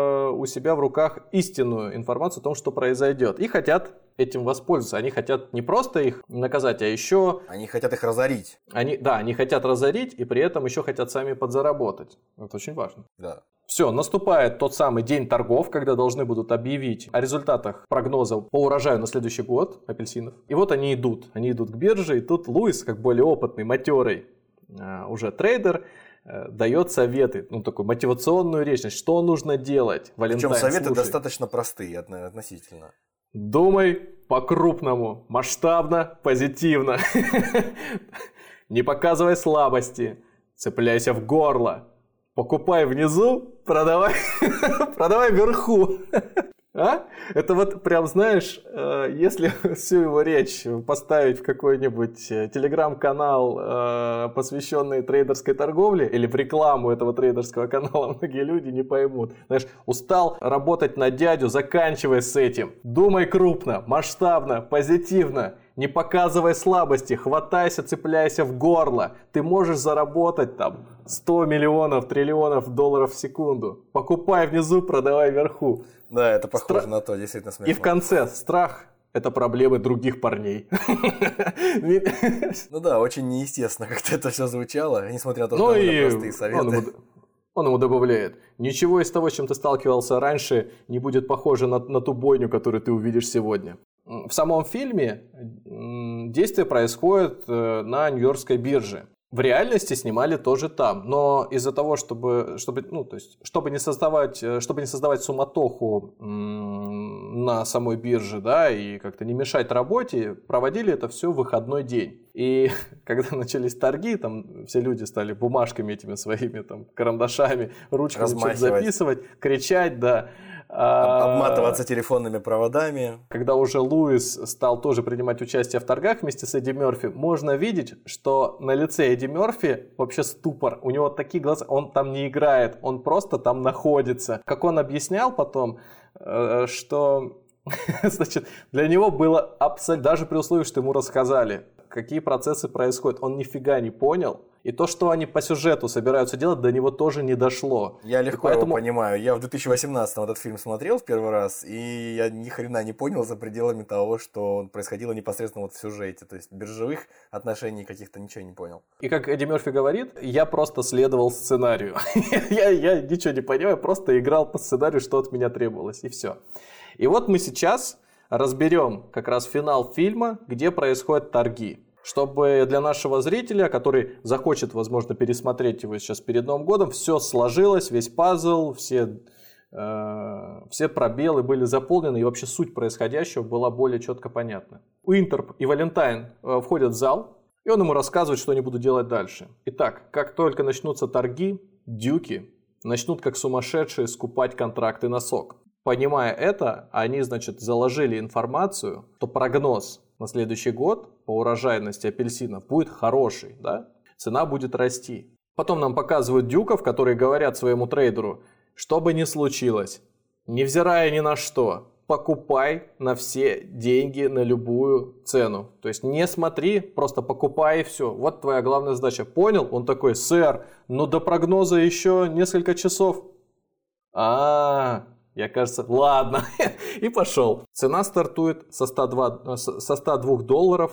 Speaker 2: у себя в руках истинную информацию о том, что произойдет. И хотят этим воспользоваться. Они хотят не просто их наказать, а еще...
Speaker 3: Они хотят их разорить.
Speaker 2: Они хотят разорить и при этом еще хотят сами подзаработать. Это очень важно.
Speaker 3: Да.
Speaker 2: Все, наступает тот самый день торгов, когда должны будут объявить о результатах прогнозов по урожаю на следующий год апельсинов. И вот они идут к бирже, и тут Луис, как более опытный, матерый уже трейдер, дает советы, такую мотивационную речь, значит, что нужно делать. Валентайн,
Speaker 3: причем советы
Speaker 2: слушай.
Speaker 3: достаточно простые относительно.
Speaker 2: Думай по-крупному, масштабно, позитивно. Не показывай слабости, цепляйся в горло. Покупай внизу, продавай вверху. А? Это вот прям, знаешь, если всю его речь поставить в какой-нибудь телеграм-канал, посвященный трейдерской торговле, или в рекламу этого трейдерского канала, многие люди не поймут. Знаешь, устал работать на дядю, заканчивай с этим. Думай крупно, масштабно, позитивно. Не показывай слабости, хватайся, цепляйся в горло. Ты можешь заработать там 100 миллионов, триллионов долларов в секунду. Покупай внизу, продавай вверху.
Speaker 3: Да, это похоже на то, действительно смешно.
Speaker 2: И в конце страх – это проблемы других парней.
Speaker 3: Ну да, очень неестественно как-то это все звучало, несмотря на то, что довольно простые советы.
Speaker 2: Он ему добавляет: ничего из того, с чем ты сталкивался раньше, не будет похоже на ту бойню, которую ты увидишь сегодня. В самом фильме действие происходит на Нью-Йоркской бирже. В реальности снимали тоже там, но из-за того, чтобы не создавать суматоху на самой бирже, да, и как-то не мешать работе, проводили это все в выходной день. И когда начались торги, там все люди стали бумажками этими своими, там, карандашами, ручками что-то записывать, кричать, да.
Speaker 3: Обматываться телефонными проводами.
Speaker 2: Когда уже Луис стал тоже принимать участие в торгах вместе с Эдди Мерфи, можно видеть, что на лице Эдди Мерфи вообще ступор. У него такие глаза, он там не играет, он просто там находится. Как он объяснял потом, что значит, для него было абсолютно, даже при условии, что ему рассказали, какие процессы происходят. Он нифига не понял. И то, что они по сюжету собираются делать, до него тоже не дошло.
Speaker 3: Я легко его понимаю. Я в 2018-м этот фильм смотрел в первый раз, и я ни хрена не понял за пределами того, что происходило непосредственно вот в сюжете. То есть биржевых отношений каких-то ничего не понял.
Speaker 2: И как Эдди Мерфи говорит, я просто следовал сценарию. Я ничего не понимаю, просто играл по сценарию, что от меня требовалось, и все. И вот мы сейчас разберем как раз финал фильма, где происходят торги. Чтобы для нашего зрителя, который захочет, возможно, пересмотреть его сейчас перед Новым годом, все сложилось, весь пазл, все пробелы были заполнены, и вообще суть происходящего была более четко понятна. Уинтерп и Валентайн входят в зал, и он ему рассказывает, что они будут делать дальше. Итак, как только начнутся торги, дюки начнут как сумасшедшие скупать контракты на сок. Понимая это, они, значит, заложили информацию, что прогноз на следующий год по урожайности апельсинов будет хороший, да? Цена будет расти. Потом нам показывают дюков, которые говорят своему трейдеру, что бы ни случилось, невзирая ни на что, покупай на все деньги, на любую цену. То есть не смотри, просто покупай и все. Вот твоя главная задача. Понял? Он такой, сэр, ну до прогноза еще несколько часов. Я, кажется, ладно, и пошел. Цена стартует со $102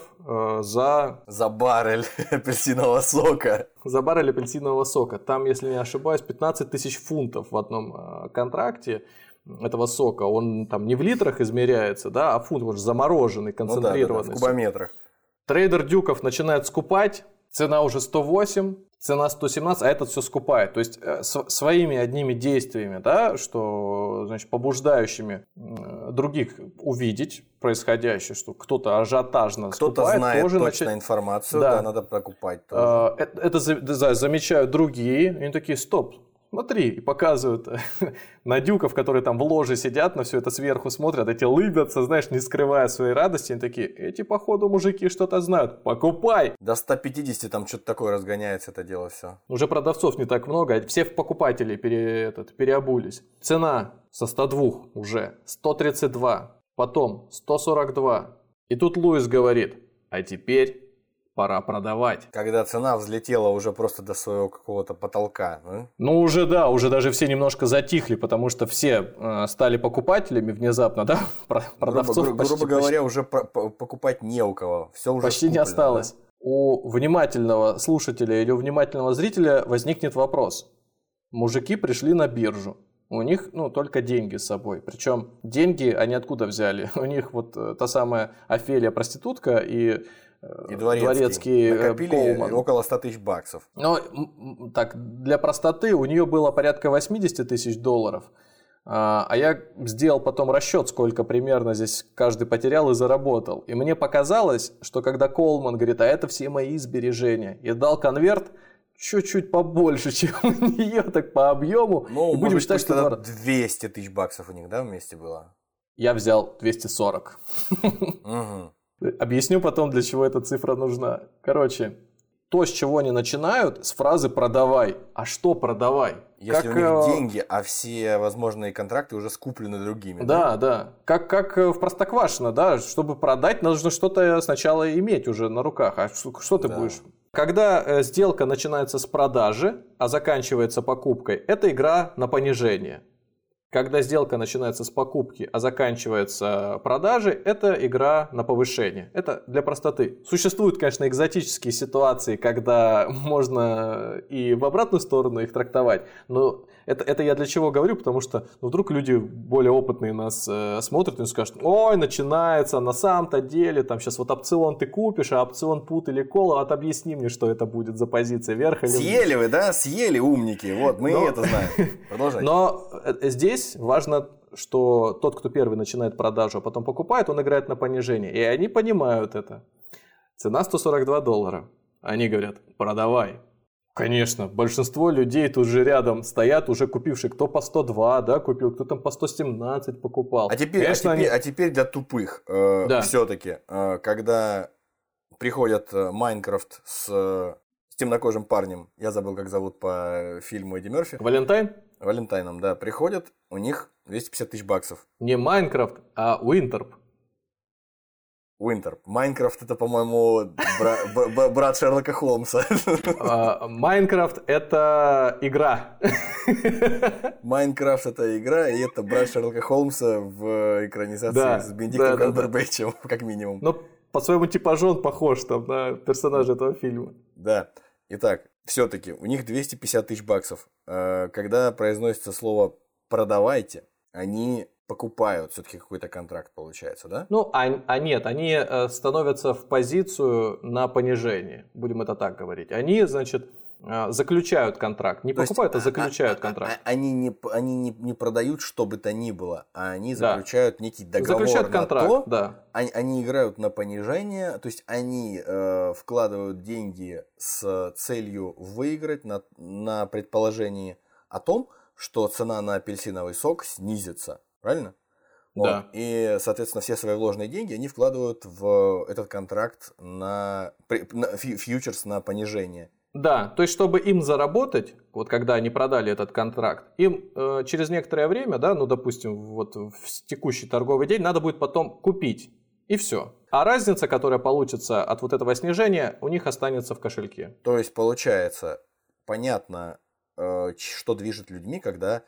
Speaker 2: за
Speaker 3: баррель апельсинового сока.
Speaker 2: За баррель апельсинового сока. Там, если не ошибаюсь, 15 тысяч фунтов в одном контракте этого сока. Он там не в литрах измеряется, да, а фунт уже замороженный, концентрированный.
Speaker 3: Ну да, в кубометрах.
Speaker 2: Трейдер дюков начинает скупать. Цена уже 108, цена 117, а этот все скупает. То есть своими одними действиями, да, что, значит, побуждающими других увидеть происходящее, что кто-то ажиотажно
Speaker 3: кто-то
Speaker 2: скупает.
Speaker 3: Кто-то знает тоже точно информацию, да, надо покупать тоже.
Speaker 2: Это замечают другие, и они такие, стоп. Смотри, и показывают на дюков, которые там в ложе сидят, на все это сверху смотрят, эти лыбятся, знаешь, не скрывая своей радости, они такие, эти, походу, мужики что-то знают, покупай!
Speaker 3: До 150 там что-то такое разгоняется это дело все.
Speaker 2: Уже продавцов не так много, все покупатели переобулись. Цена со 102 уже 132, потом 142. И тут Луис говорит, а теперь пора продавать.
Speaker 3: Когда цена взлетела уже просто до своего какого-то потолка.
Speaker 2: Ну уже да, уже даже все немножко затихли, потому что все стали покупателями внезапно, да? Продавцов
Speaker 3: грубо говоря, уже покупать не у кого. Все уже
Speaker 2: почти
Speaker 3: скуплено,
Speaker 2: не осталось.
Speaker 3: Да?
Speaker 2: У внимательного слушателя или у внимательного зрителя возникнет вопрос. Мужики пришли на биржу. У них, только деньги с собой. Причем деньги они откуда взяли? У них вот та самая Офелия проститутка и дворецкий
Speaker 3: накопили
Speaker 2: Колман.
Speaker 3: Около 100 тысяч баксов.
Speaker 2: Так, для простоты, у нее было порядка 80 тысяч долларов. А я сделал потом расчет, сколько примерно здесь каждый потерял и заработал. И мне показалось, что когда Колман говорит, а это все мои сбережения, и дал конверт чуть-чуть побольше, чем у нее, так по объему.
Speaker 3: И будем считать, что 200 тысяч баксов у них, да, вместе было?
Speaker 2: Я взял 240. Объясню потом, для чего эта цифра нужна. Короче, то, с чего они начинают, с фразы «продавай». А что продавай?
Speaker 3: Если у них деньги, а все возможные контракты уже скуплены другими.
Speaker 2: Да. Как в Простоквашино, да, чтобы продать, нужно что-то сначала иметь уже на руках. А что ты будешь? Когда сделка начинается с продажи, а заканчивается покупкой, это игра на понижение. Когда сделка начинается с покупки, а заканчивается продажей, это игра на повышение. Это для простоты. Существуют, конечно, экзотические ситуации, когда можно и в обратную сторону их трактовать. Но это я для чего говорю? Потому что вдруг люди более опытные нас смотрят и скажут, ой, начинается, на самом-то деле, там сейчас вот опцион ты купишь, а опцион put или call, вот объясни мне, что это будет за позиция, вверх или вниз.
Speaker 3: Съели вы, да? Съели, умники. Вот, мы это знаем. Продолжайте.
Speaker 2: Но здесь важно, что тот, кто первый начинает продажу, а потом покупает, он играет на понижение. И они понимают это. Цена $142. Они говорят, продавай. Конечно, большинство людей тут же рядом стоят, уже купившие, кто по 102, да, купил, кто там по 117 покупал.
Speaker 3: А теперь для тупых все-таки, когда приходят Майнкрафт с темнокожим парнем, я забыл, как зовут по фильму Эдди Мерфи. Валентайном, да, приходят, у них 250 тысяч баксов.
Speaker 2: Не Майнкрафт, а Уинтерп.
Speaker 3: Уинтер. Майнкрафт это, по-моему, брат Шерлока Холмса.
Speaker 2: Майнкрафт это игра.
Speaker 3: Майнкрафт это игра, и это брат Шерлока Холмса в экранизации с Бенедиктом Камбербэтчем, как минимум.
Speaker 2: Но по своему типажу он похож там на персонажа этого фильма.
Speaker 3: Да. Итак, все-таки у них 250 тысяч баксов. Когда произносится слово «продавайте», они покупают все-таки какой-то контракт, получается, да?
Speaker 2: Ну, нет, они становятся в позицию на понижение, будем это так говорить. Они, значит, заключают контракт. Не покупают, а заключают контракт.
Speaker 3: Они не продают что бы то ни было, а они заключают некий договор
Speaker 2: заключают контракт,
Speaker 3: на то,
Speaker 2: да.
Speaker 3: Они играют на понижение, то есть они вкладывают деньги с целью выиграть на предположении о том, что цена на апельсиновый сок снизится. Правильно?
Speaker 2: Да.
Speaker 3: Вот. И, соответственно, все свои вложенные деньги они вкладывают в этот контракт на фьючерс на понижение.
Speaker 2: Да, то есть, чтобы им заработать, вот когда они продали этот контракт, им через некоторое время, да, ну, допустим, вот в текущий торговый день надо будет потом купить, и все. А разница, которая получится от вот этого снижения, у них останется в кошельке.
Speaker 3: То есть, получается, понятно, что движет людьми, когда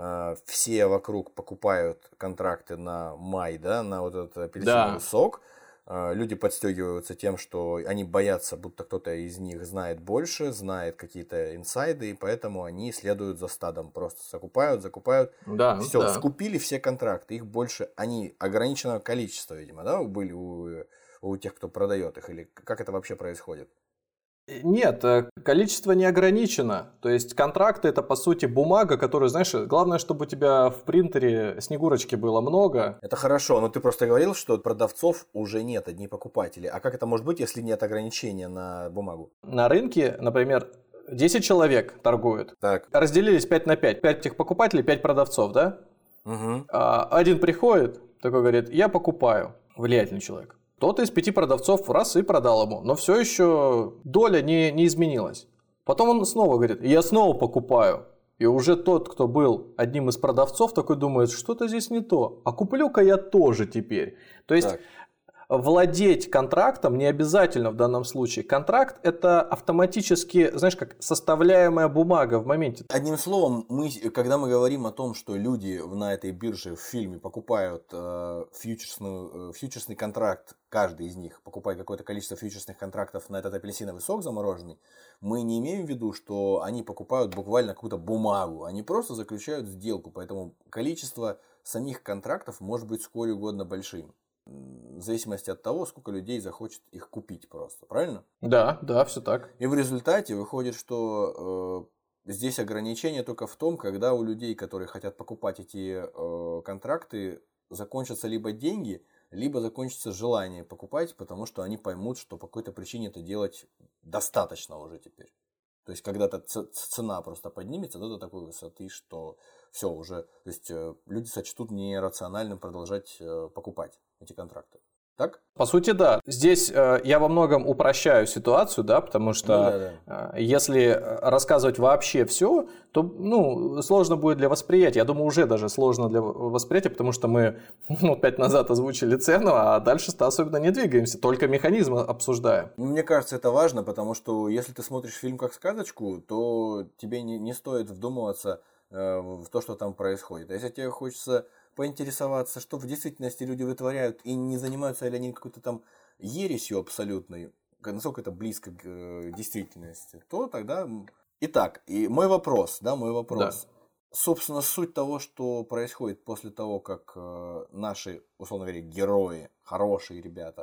Speaker 3: все вокруг покупают контракты на май, да, на вот этот апельсиновый сок. Люди подстегиваются тем, что они боятся, будто кто-то из них знает больше, знает какие-то инсайды, и поэтому они следуют за стадом. Просто закупают. Все, скупили все контракты, их больше, они ограниченного количества, видимо, да, были у тех, кто продает их, или как это вообще происходит?
Speaker 2: Нет, количество не ограничено. То есть контракты это по сути бумага, которую, знаешь, главное, чтобы у тебя в принтере снегурочки было много.
Speaker 3: Это хорошо, но ты просто говорил, что продавцов уже нет, одни покупатели. А как это может быть, если нет ограничения на бумагу?
Speaker 2: На рынке, например, 10 человек торгуют.
Speaker 3: Так.
Speaker 2: Разделились 5 на 5. 5 этих покупателей, 5 продавцов, да?
Speaker 3: Угу.
Speaker 2: Один приходит, такой говорит, я покупаю. Влиятельный человек. Кто-то из 5 продавцов раз и продал ему, но все еще доля не изменилась. Потом он снова говорит, я снова покупаю. И уже тот, кто был одним из продавцов, такой думает, что-то здесь не то. А куплю-ка я тоже теперь. То есть владеть контрактом не обязательно в данном случае. Контракт это автоматически, знаешь, как составляемая бумага в моменте.
Speaker 3: Одним словом, когда мы говорим о том, что люди на этой бирже в фильме покупают фьючерсный контракт, каждый из них покупает какое-то количество фьючерсных контрактов на этот апельсиновый сок замороженный, мы не имеем в виду, что они покупают буквально какую-то бумагу, они просто заключают сделку, поэтому количество самих контрактов может быть сколь угодно большим. В зависимости от того, сколько людей захочет их купить просто, правильно?
Speaker 2: Да, все так.
Speaker 3: И в результате выходит, что здесь ограничение только в том, когда у людей, которые хотят покупать эти контракты, закончатся либо деньги, либо закончится желание покупать, потому что они поймут, что по какой-то причине это делать достаточно уже теперь. То есть когда-то цена просто поднимется до такой высоты, что все уже, то есть люди сочтут нерациональным продолжать покупать эти контракты. Так?
Speaker 2: По сути, да. Здесь я во многом упрощаю ситуацию, да, потому что если рассказывать вообще все, то сложно будет для восприятия. Я думаю, уже даже сложно для восприятия, потому что мы 5 назад озвучили цену, а дальше особенно не двигаемся, только механизмы обсуждаем.
Speaker 3: Мне кажется, это важно, потому что если ты смотришь фильм как сказочку, то тебе не стоит вдумываться в то, что там происходит. А если тебе хочется поинтересоваться, что в действительности люди вытворяют и не занимаются ли они какой-то там ересью абсолютной, насколько это близко к действительности, то тогда... Итак, и мой вопрос. Да. Собственно, суть того, что происходит после того, как наши, условно говоря, герои, хорошие ребята,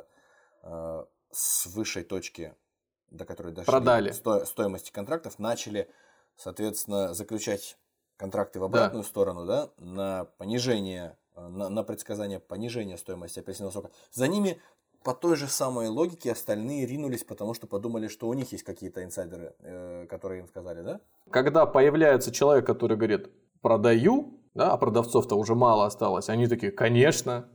Speaker 3: с высшей точки, до которой дошли,
Speaker 2: продали
Speaker 3: стоимости контрактов, начали, соответственно, заключать контракты в обратную сторону, да, на понижение, на предсказание понижения стоимости апельсинового сока. За ними по той же самой логике остальные ринулись, потому что подумали, что у них есть какие-то инсайдеры, которые им сказали, да?
Speaker 2: Когда появляется человек, который говорит, продаю, да, а продавцов-то уже мало осталось, они такие, конечно,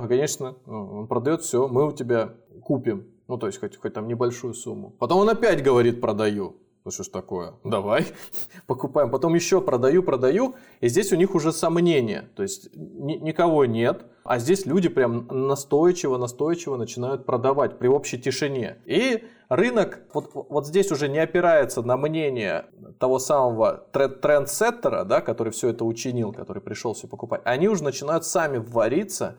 Speaker 2: он продает все, мы у тебя купим, то есть хоть там небольшую сумму. Потом он опять говорит, продаю. Что ж такое? Давай, покупаем. Потом еще продаю. И здесь у них уже сомнения. То есть никого нет. А здесь люди прям настойчиво начинают продавать при общей тишине. И рынок вот здесь уже не опирается на мнение того самого трендсеттера, да, который все это учинил, который пришел все покупать. Они уже начинают сами вариться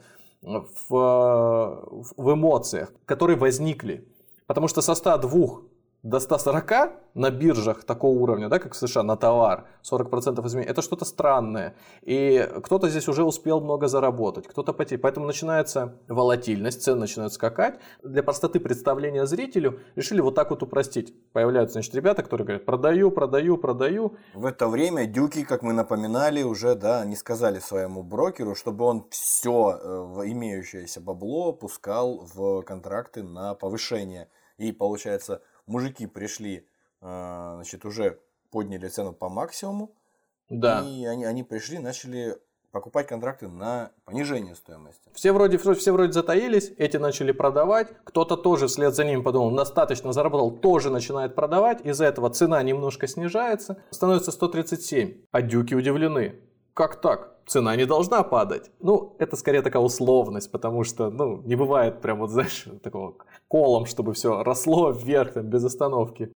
Speaker 2: в эмоциях, которые возникли. Потому что со 102 до 140 на биржах такого уровня, да, как в США, на товар, 40% изменений, это что-то странное. И кто-то здесь уже успел много заработать, кто-то потерял. Поэтому начинается волатильность, цены начинают скакать. Для простоты представления зрителю решили вот так вот упростить. Появляются, значит, ребята, которые говорят, продаю.
Speaker 3: В это время дюки, как мы напоминали, уже, да, они сказали своему брокеру, чтобы он все имеющееся бабло пускал в контракты на повышение. И получается, мужики пришли, значит, уже подняли цену по максимуму,
Speaker 2: да.
Speaker 3: И они пришли, начали покупать контракты на понижение стоимости.
Speaker 2: Все вроде затаились, эти начали продавать, кто-то тоже вслед за ними подумал, достаточно заработал, тоже начинает продавать, из-за этого цена немножко снижается, становится 137, а дюки удивлены. Как так? Цена не должна падать. Ну, это скорее такая условность, потому что, не бывает прям вот, знаешь, такого колом, чтобы все росло вверх, там, без остановки.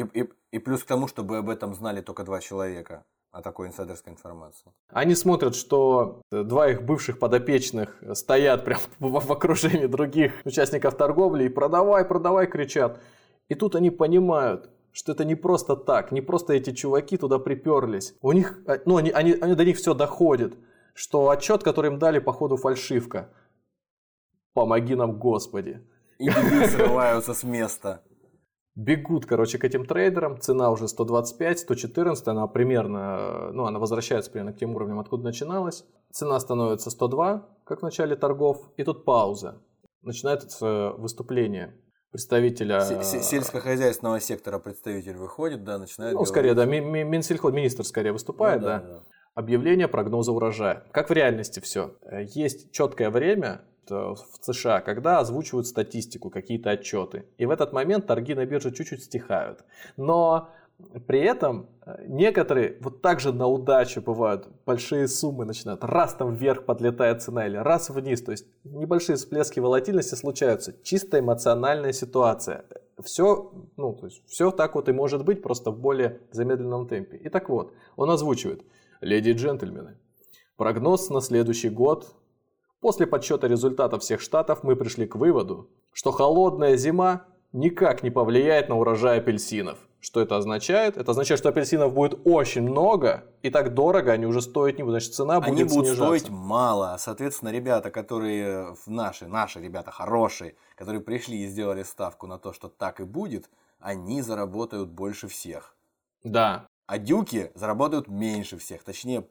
Speaker 3: И плюс к тому, чтобы об этом знали только 2 человека, о такой инсайдерской информации.
Speaker 2: Они смотрят, что 2 их бывших подопечных стоят прям в окружении других участников торговли и продавай, кричат. И тут они понимают, что это не просто так, не просто эти чуваки туда приперлись. У них, они до них все доходит, что отчет, который им дали, походу фальшивка. Помоги нам, Господи.
Speaker 3: И бегут, срываются с места.
Speaker 2: Бегут, к этим трейдерам. Цена уже 125, 114, она примерно, она возвращается примерно к тем уровням, откуда начиналась. Цена становится 102, как в начале торгов, и тут пауза. Начинается выступление представителя...
Speaker 3: Сельскохозяйственного сектора представитель выходит, да, начинает говорить.
Speaker 2: Скорее, да, Минсельхоз, министр скорее выступает, да. Объявление прогноза урожая. Как в реальности все. Есть четкое время в США, когда озвучивают статистику, какие-то отчеты. И в этот момент торги на бирже чуть-чуть стихают. Но при этом некоторые вот так же на удачу бывают, большие суммы начинают, раз там вверх подлетает цена или раз вниз, то есть небольшие всплески волатильности случаются, чисто эмоциональная ситуация. Все так вот и может быть, просто в более замедленном темпе. И так вот, он озвучивает: леди и джентльмены, прогноз на следующий год. После подсчета результатов всех штатов мы пришли к выводу, что холодная зима никак не повлияет на урожай апельсинов. Что это означает? Это означает, что апельсинов будет очень много, и так дорого они уже стоить не будут. Значит, цена будет снижаться.
Speaker 3: Они будут стоить мало. Соответственно, ребята, которые наши ребята хорошие, которые пришли и сделали ставку на то, что так и будет, они заработают больше всех.
Speaker 2: Да.
Speaker 3: А дюки заработают меньше всех. Точнее,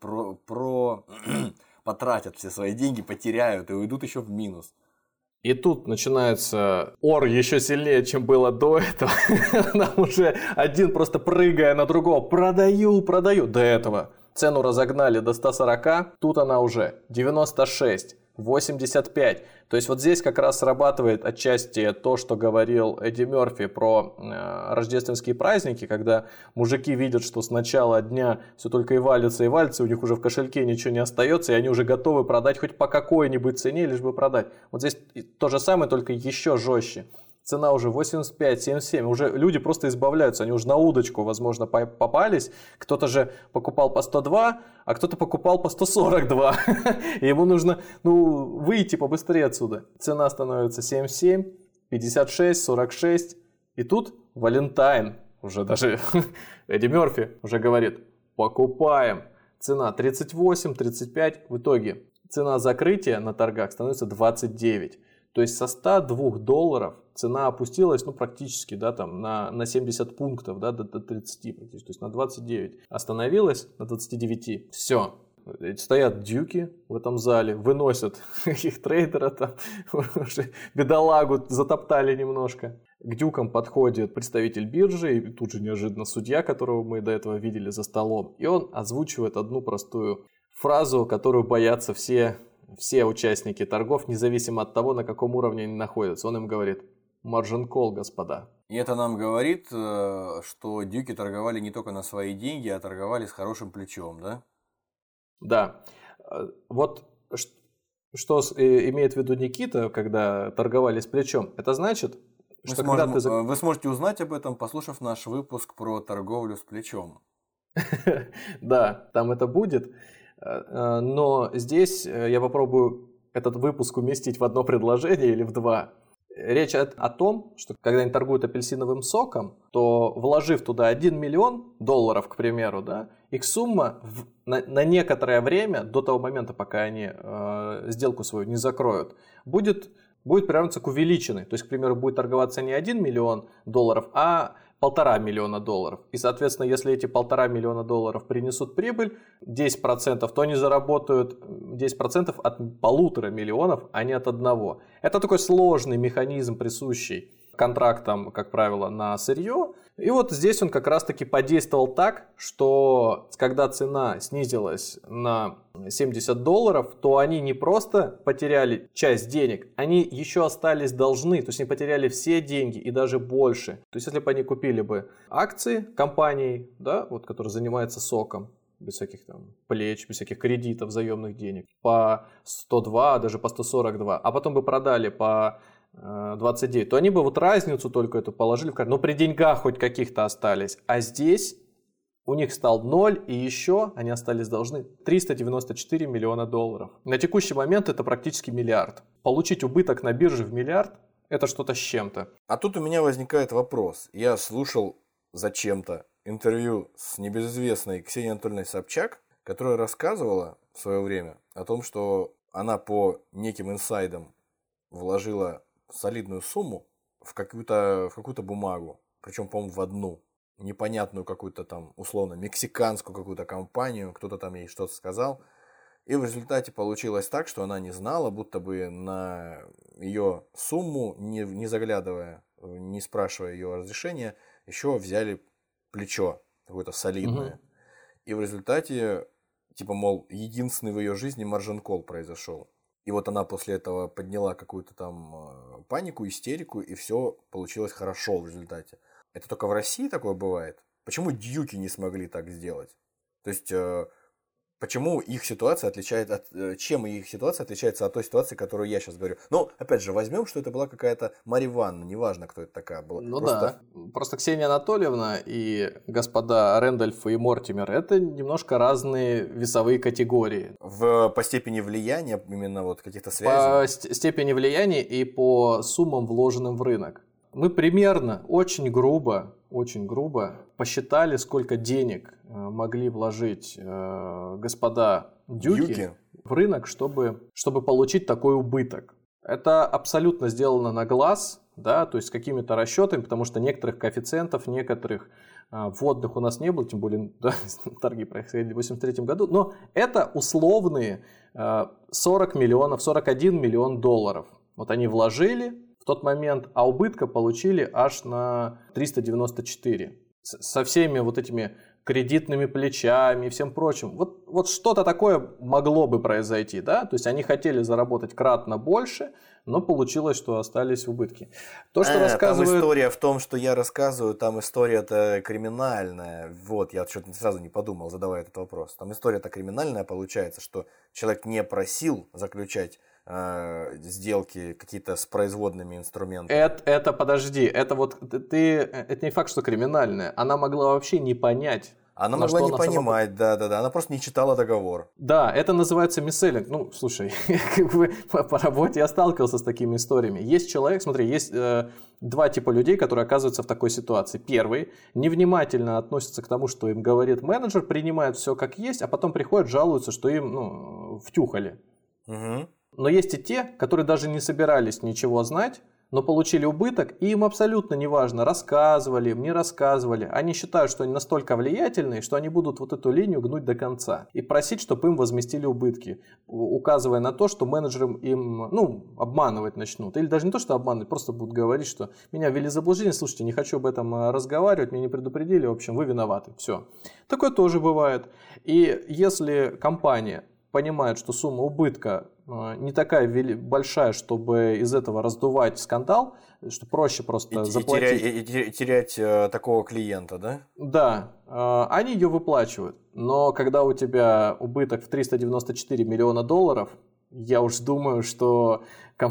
Speaker 3: потратят все свои деньги, потеряют и уйдут еще в минус.
Speaker 2: И тут начинается ор еще сильнее, чем было до этого. Нам уже один просто прыгая на другого. Продаю. До этого цену разогнали до 140. Тут она уже 96, 85. То есть вот здесь как раз срабатывает отчасти то, что говорил Эдди Мерфи про рождественские праздники, когда мужики видят, что с начала дня все только и валится, у них уже в кошельке ничего не остается, и они уже готовы продать хоть по какой-нибудь цене, лишь бы продать. Вот здесь то же самое, только еще жестче. Цена уже 85, 77, уже люди просто избавляются, они уже на удочку, возможно, попались. Кто-то же покупал по 102, а кто-то покупал по 142. И ему нужно выйти побыстрее отсюда. Цена становится 77, 56, 46. И тут Валентайн, уже даже Эдди Мерфи уже говорит: покупаем. Цена 38, 35. В итоге цена закрытия на торгах становится 29. То есть со $102 цена опустилась практически на 70 пунктов, до 30 практически, то есть на 29. Остановилась на 29. Все. Стоят дюки в этом зале, выносят их трейдера, уже бедолагу затоптали немножко. К дюкам подходит представитель биржи, и тут же неожиданно судья, которого мы до этого видели за столом. И он озвучивает одну простую фразу, которую боятся все участники торгов, независимо от того, на каком уровне они находятся. Он им говорит: margin call, господа.
Speaker 3: И это нам говорит, что дюки торговали не только на свои деньги, а торговали с хорошим плечом, да?
Speaker 2: Да. Вот что имеет в виду Никита, когда торговали с плечом? Это значит, что
Speaker 3: вы сможете узнать об этом, послушав наш выпуск про торговлю с плечом.
Speaker 2: Да, там это будет. Но здесь я попробую этот выпуск уместить в одно предложение или в два. Речь о том, что когда они торгуют апельсиновым соком, то вложив туда $1 миллион, к примеру, да, их сумма на некоторое время, до того момента, пока они сделку свою не закроют, будет приравниваться к увеличенной. То есть, к примеру, будет торговаться не $1 миллион, а $1,5 миллиона. И, соответственно, если эти $1,5 миллиона принесут прибыль 10%, то они заработают 10% от 1,5 миллиона, а не от 1. Это такой сложный механизм, присущий контрактам, как правило, на сырье. И вот здесь он как раз-таки подействовал так, что когда цена снизилась на $70, то они не просто потеряли часть денег, они еще остались должны, то есть они потеряли все деньги и даже больше. То есть если бы они купили бы акции компании, да, вот, которая занимается соком, без всяких там плеч, без всяких кредитов, заемных денег, по 102, даже по 142, а потом бы продали по 29, то они бы вот разницу только эту положили в карман, но при деньгах хоть каких-то остались. А здесь у них стал 0, и еще они остались должны $394 миллиона. На текущий момент это практически миллиард. Получить убыток на бирже в миллиард – это что-то с чем-то.
Speaker 3: А тут у меня возникает вопрос. Я слушал зачем-то интервью с небезызвестной Ксенией Анатольевной Собчак, которая рассказывала в свое время о том, что она по неким инсайдам вложила солидную сумму в какую-то бумагу, причем, по-моему, в одну непонятную какую-то там, условно, мексиканскую какую-то компанию, кто-то там ей что-то сказал, и в результате получилось так, что она не знала, будто бы на ее сумму, не заглядывая, не спрашивая ее разрешения, еще взяли плечо какое-то солидное. И в результате, типа, мол, единственный в ее жизни маржин-колл произошел. И вот она после этого подняла какую-то там панику, истерику, и все получилось хорошо в результате. Это только в России такое бывает? Почему дьюки не смогли так сделать? То есть, почему их ситуация чем их ситуация отличается от той ситуации, которую я сейчас говорю? Ну, опять же, возьмем, что это была какая-то Марья Ивановна, неважно, кто это такая была.
Speaker 2: Ну да, просто Ксения Анатольевна и господа Рэндольф и Мортимер – это немножко разные весовые категории.
Speaker 3: По степени влияния, именно вот каких-то связей?
Speaker 2: По степени влияния и по суммам, вложенным в рынок. Мы примерно, очень грубо посчитали, сколько денег могли вложить господа дюки в рынок, чтобы получить такой убыток. Это абсолютно сделано на глаз, да, то есть с какими-то расчетами, потому что некоторых коэффициентов, некоторых вводных у нас не было, тем более да, торги происходили в 1983 году, но это условные 41 миллион долларов. Вот они вложили в тот момент, а убытка получили аж на 394. Со всеми вот этими кредитными плечами и всем прочим. Вот что-то такое могло бы произойти, да? То есть они хотели заработать кратно больше, но получилось, что остались в убытке. То, что рассказывают...
Speaker 3: Там история в том, что я рассказываю, там история-то криминальная. Вот, я что-то сразу не подумал, задавая этот вопрос. Там история-то криминальная получается, что человек не просил заключать сделки какие-то с производными инструментами.
Speaker 2: Это подожди, это не факт, что криминальная. Она могла вообще не понять.
Speaker 3: Она могла не понимать, да. Она просто не читала договор.
Speaker 2: Да, это называется мисселлинг. Ну, слушай, по работе я сталкивался с такими историями. Есть человек, смотри, есть два типа людей, которые оказываются в такой ситуации. Первый невнимательно относится к тому, что им говорит менеджер, принимает все как есть, а потом приходят, жалуются, что им втюхали.
Speaker 3: Угу.
Speaker 2: Но есть и те, которые даже не собирались ничего знать, но получили убыток, и им абсолютно неважно, рассказывали им, не рассказывали. Они считают, что они настолько влиятельные, что они будут вот эту линию гнуть до конца и просить, чтобы им возместили убытки, указывая на то, что менеджеры им обманывать начнут. Или даже не то, что обманывать, просто будут говорить, что меня ввели в заблуждение, слушайте, не хочу об этом разговаривать, меня не предупредили, в общем, вы виноваты. Все. Такое тоже бывает. И если компания понимают, что сумма убытка не такая большая, чтобы из этого раздувать скандал, что проще просто заплатить.
Speaker 3: И терять такого клиента, да?
Speaker 2: Да, они ее выплачивают. Но когда у тебя убыток в $394 миллиона, я уж думаю, что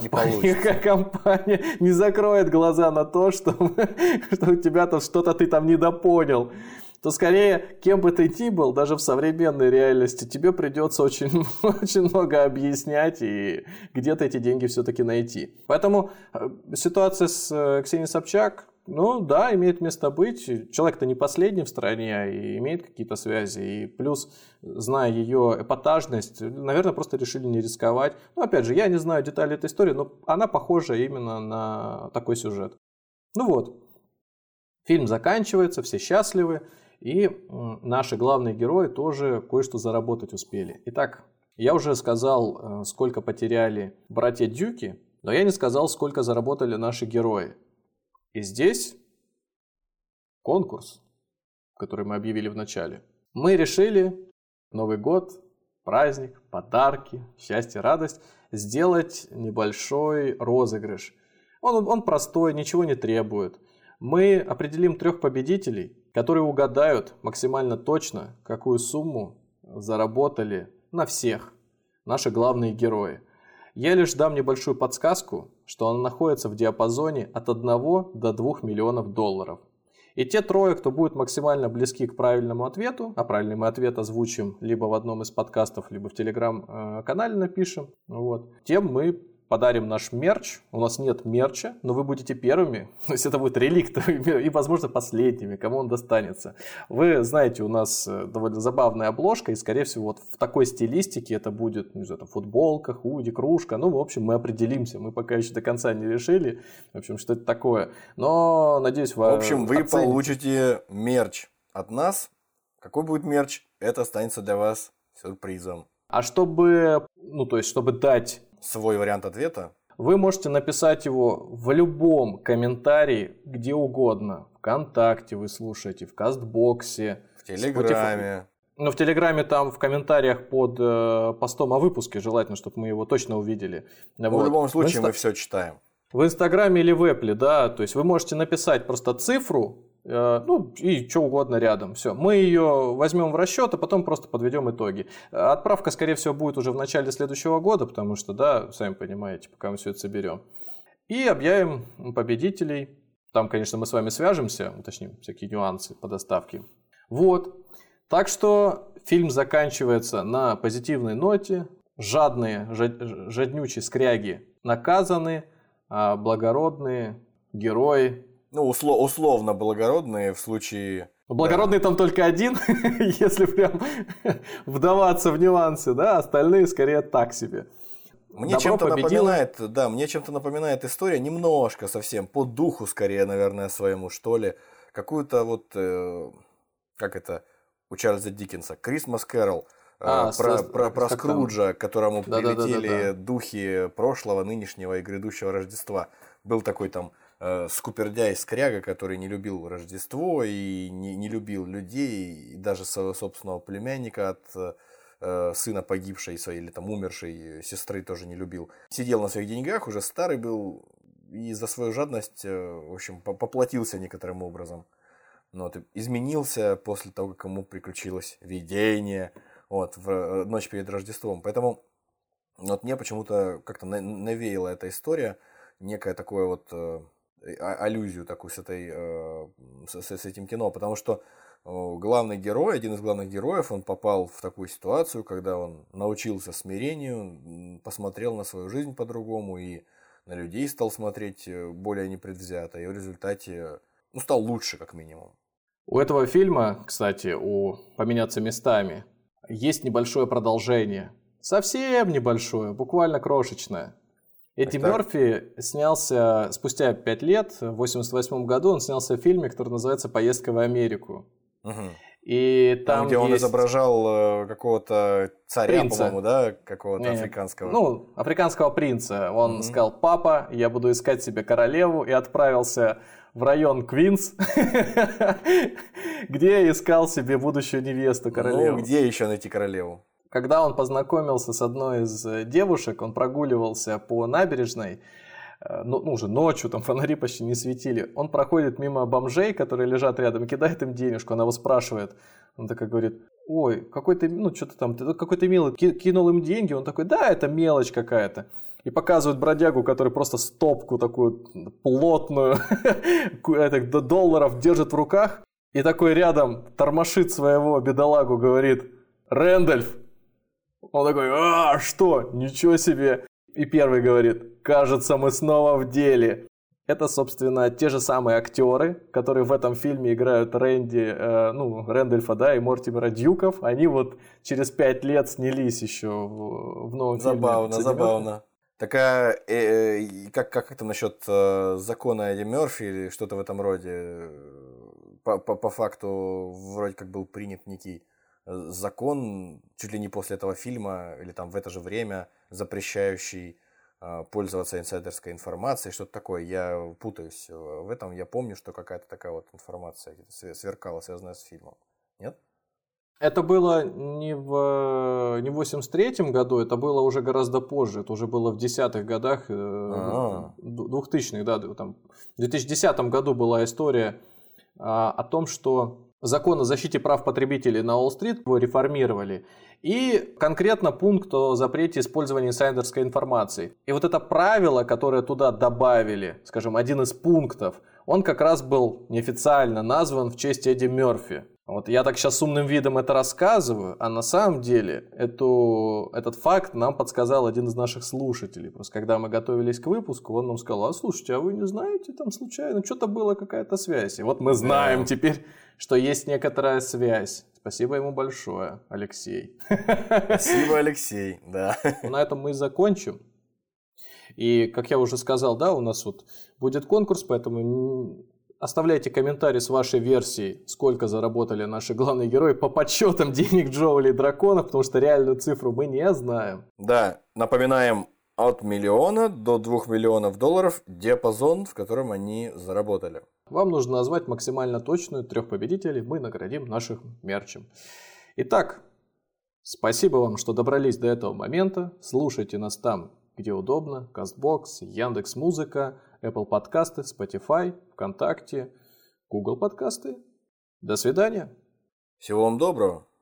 Speaker 2: компания не закроет глаза на то, что у тебя там что-то ты там недопонял. То скорее, кем бы ты ни был, даже в современной реальности, тебе придется очень, очень много объяснять и где-то эти деньги все-таки найти. Поэтому ситуация с Ксенией Собчак, ну да, имеет место быть. Человек-то не последний в стране, а и имеет какие-то связи. И плюс, зная ее эпатажность, наверное, просто решили не рисковать. Но опять же, я не знаю детали этой истории, но она похожа именно на такой сюжет. Ну вот, фильм заканчивается, все счастливы. И наши главные герои тоже кое-что заработать успели. Итак, я уже сказал, сколько потеряли братья Дюки, но я не сказал, сколько заработали наши герои. И здесь конкурс, который мы объявили в начале. Мы решили Новый год, праздник, подарки, счастье, радость сделать небольшой розыгрыш. Он простой, ничего не требует. Мы определим 3 победителей, которые угадают максимально точно, какую сумму заработали на всех наши главные герои. Я лишь дам небольшую подсказку, что она находится в диапазоне от 1 до 2 миллионов долларов. И те 3, кто будет максимально близки к правильному ответу, а правильный мы ответ озвучим либо в одном из подкастов, либо в телеграм-канале напишем, вот, тем мы подарим наш мерч. У нас нет мерча, но вы будете первыми. То есть это будет реликт и, возможно, последними, кому он достанется. Вы знаете, у нас довольно забавная обложка, и, скорее всего, вот в такой стилистике это будет, не знаю, футболка, худи, кружка. Ну, в общем, мы определимся. Мы пока еще до конца не решили, в общем, что это такое. Но, надеюсь, вы
Speaker 3: В общем, вы получите мерч от нас. Какой будет мерч, это останется для вас сюрпризом.
Speaker 2: А чтобы дать
Speaker 3: свой вариант ответа,
Speaker 2: вы можете написать его в любом комментарии, где угодно. ВКонтакте вы слушаете, в Кастбоксе,
Speaker 3: в Телеграме.
Speaker 2: Ну, в Телеграме там в комментариях под постом о выпуске желательно, чтобы мы его точно увидели.
Speaker 3: В любом случае мы все читаем.
Speaker 2: В Инстаграме или в Эпле, да, то есть вы можете написать просто цифру, и что угодно рядом. Все. Мы ее возьмем в расчет, а потом просто подведем итоги. Отправка, скорее всего, будет уже в начале следующего года, потому что, да, сами понимаете, пока мы все это соберем. И объявим победителей. Там, конечно, мы с вами свяжемся, уточним всякие нюансы по доставке. Вот. Так что фильм заканчивается на позитивной ноте. Жаднючие скряги наказаны, а благородные герои...
Speaker 3: Ну, условно благородные в случае...
Speaker 2: Благородный там только один, если прям вдаваться в нюансы, да, остальные скорее так себе.
Speaker 3: Мне чем-то напоминает история немножко совсем, по духу скорее, наверное, своему, что ли. Какую-то вот, как это, у Чарльза Диккенса, «Christmas Carol», про Скруджа, к которому прилетели духи прошлого, нынешнего и грядущего Рождества. Был такой там скупердяй-скряга, который не любил Рождество и не любил людей, и даже своего собственного племянника от сына погибшей своей или там умершей сестры тоже не любил. Сидел на своих деньгах, уже старый был, и за свою жадность, в общем, поплатился некоторым образом. Вот, изменился после того, как ему приключилось видение в ночь перед Рождеством. Поэтому вот мне почему-то как-то навеяла эта история, некое такое вот... аллюзию такую с этим кино, потому что главный герой, один из главных героев, он попал в такую ситуацию, когда он научился смирению, посмотрел на свою жизнь по-другому и на людей стал смотреть более непредвзято, и в результате стал лучше, как минимум.
Speaker 2: У этого фильма, кстати, «Поменяться местами», есть небольшое продолжение. Совсем небольшое, буквально крошечное. Эдди Мерфи снялся спустя 5 лет, в 1988 году он снялся в фильме, который называется «Поездка в Америку».
Speaker 3: Угу.
Speaker 2: И там
Speaker 3: где он изображал какого-то царя,
Speaker 2: принца.
Speaker 3: По-моему, да? Какого-то африканского.
Speaker 2: Ну, африканского принца. Он сказал: папа, я буду искать себе королеву, и отправился в район Квинс, где искал себе будущую невесту, королеву.
Speaker 3: Ну, где еще найти королеву?
Speaker 2: Когда он познакомился с одной из девушек, он прогуливался по набережной, уже ночью, там фонари почти не светили. Он проходит мимо бомжей, которые лежат рядом, и кидает им денежку. Она его спрашивает. Он такой говорит: ой, какой-то, что-то там, какой-то милый, кинул им деньги. Он такой: да, это мелочь какая-то. И показывают бродягу, который просто стопку такую плотную долларов держит в руках. И такой рядом тормошит своего бедолагу, говорит: Рэндольф. Он такой: а, что? Ничего себе. И первый говорит: кажется, мы снова в деле. Это, собственно, те же самые актеры, которые в этом фильме играют Рэндольфа, да, и Мортимера Дьюков. Они вот через 5 лет снялись еще в новом фильме.
Speaker 3: Забавно. Так как это насчет закона Эдди Мерфи или что-то в этом роде? По факту вроде как был принят некий закон чуть ли не после этого фильма или там в это же время, запрещающий пользоваться инсайдерской информацией, что-то такое. Я путаюсь в этом. Я помню, что какая-то такая вот информация сверкала, связанная с фильмом. Нет?
Speaker 2: Это было не в 83-м году, это было уже гораздо позже. Это уже было в 10-х годах, 2000-х, да. Там, в 2010 году была история о том, что закон о защите прав потребителей на Уолл-стрит его реформировали. И конкретно пункт о запрете использования инсайдерской информации. И вот это правило, которое туда добавили, скажем, один из пунктов, он как раз был неофициально назван в честь Эдди Мерфи. Вот я так сейчас с умным видом это рассказываю, а на самом деле этот факт нам подсказал один из наших слушателей. Просто когда мы готовились к выпуску, он нам сказал: а слушайте, а вы не знаете, там случайно что-то было, какая-то связь? И вот мы знаем теперь, что есть некоторая связь. Спасибо ему большое, Алексей.
Speaker 3: Спасибо, Алексей, да.
Speaker 2: На этом мы и закончим. И, как я уже сказал, да, у нас вот будет конкурс, поэтому оставляйте комментарий с вашей версией, сколько заработали наши главные герои по подсчетам денег Джоули и драконов, потому что реальную цифру мы не знаем.
Speaker 3: Да, напоминаем, от $1 миллиона до $2 миллионов диапазон, в котором они заработали.
Speaker 2: Вам нужно назвать максимально точную 3 победителей, мы наградим нашим мерчем. Итак, спасибо вам, что добрались до этого момента. Слушайте нас там, где удобно: CastBox, Яндекс.Музыка, Apple подкасты, Spotify, ВКонтакте, Google подкасты. До свидания.
Speaker 3: Всего вам доброго.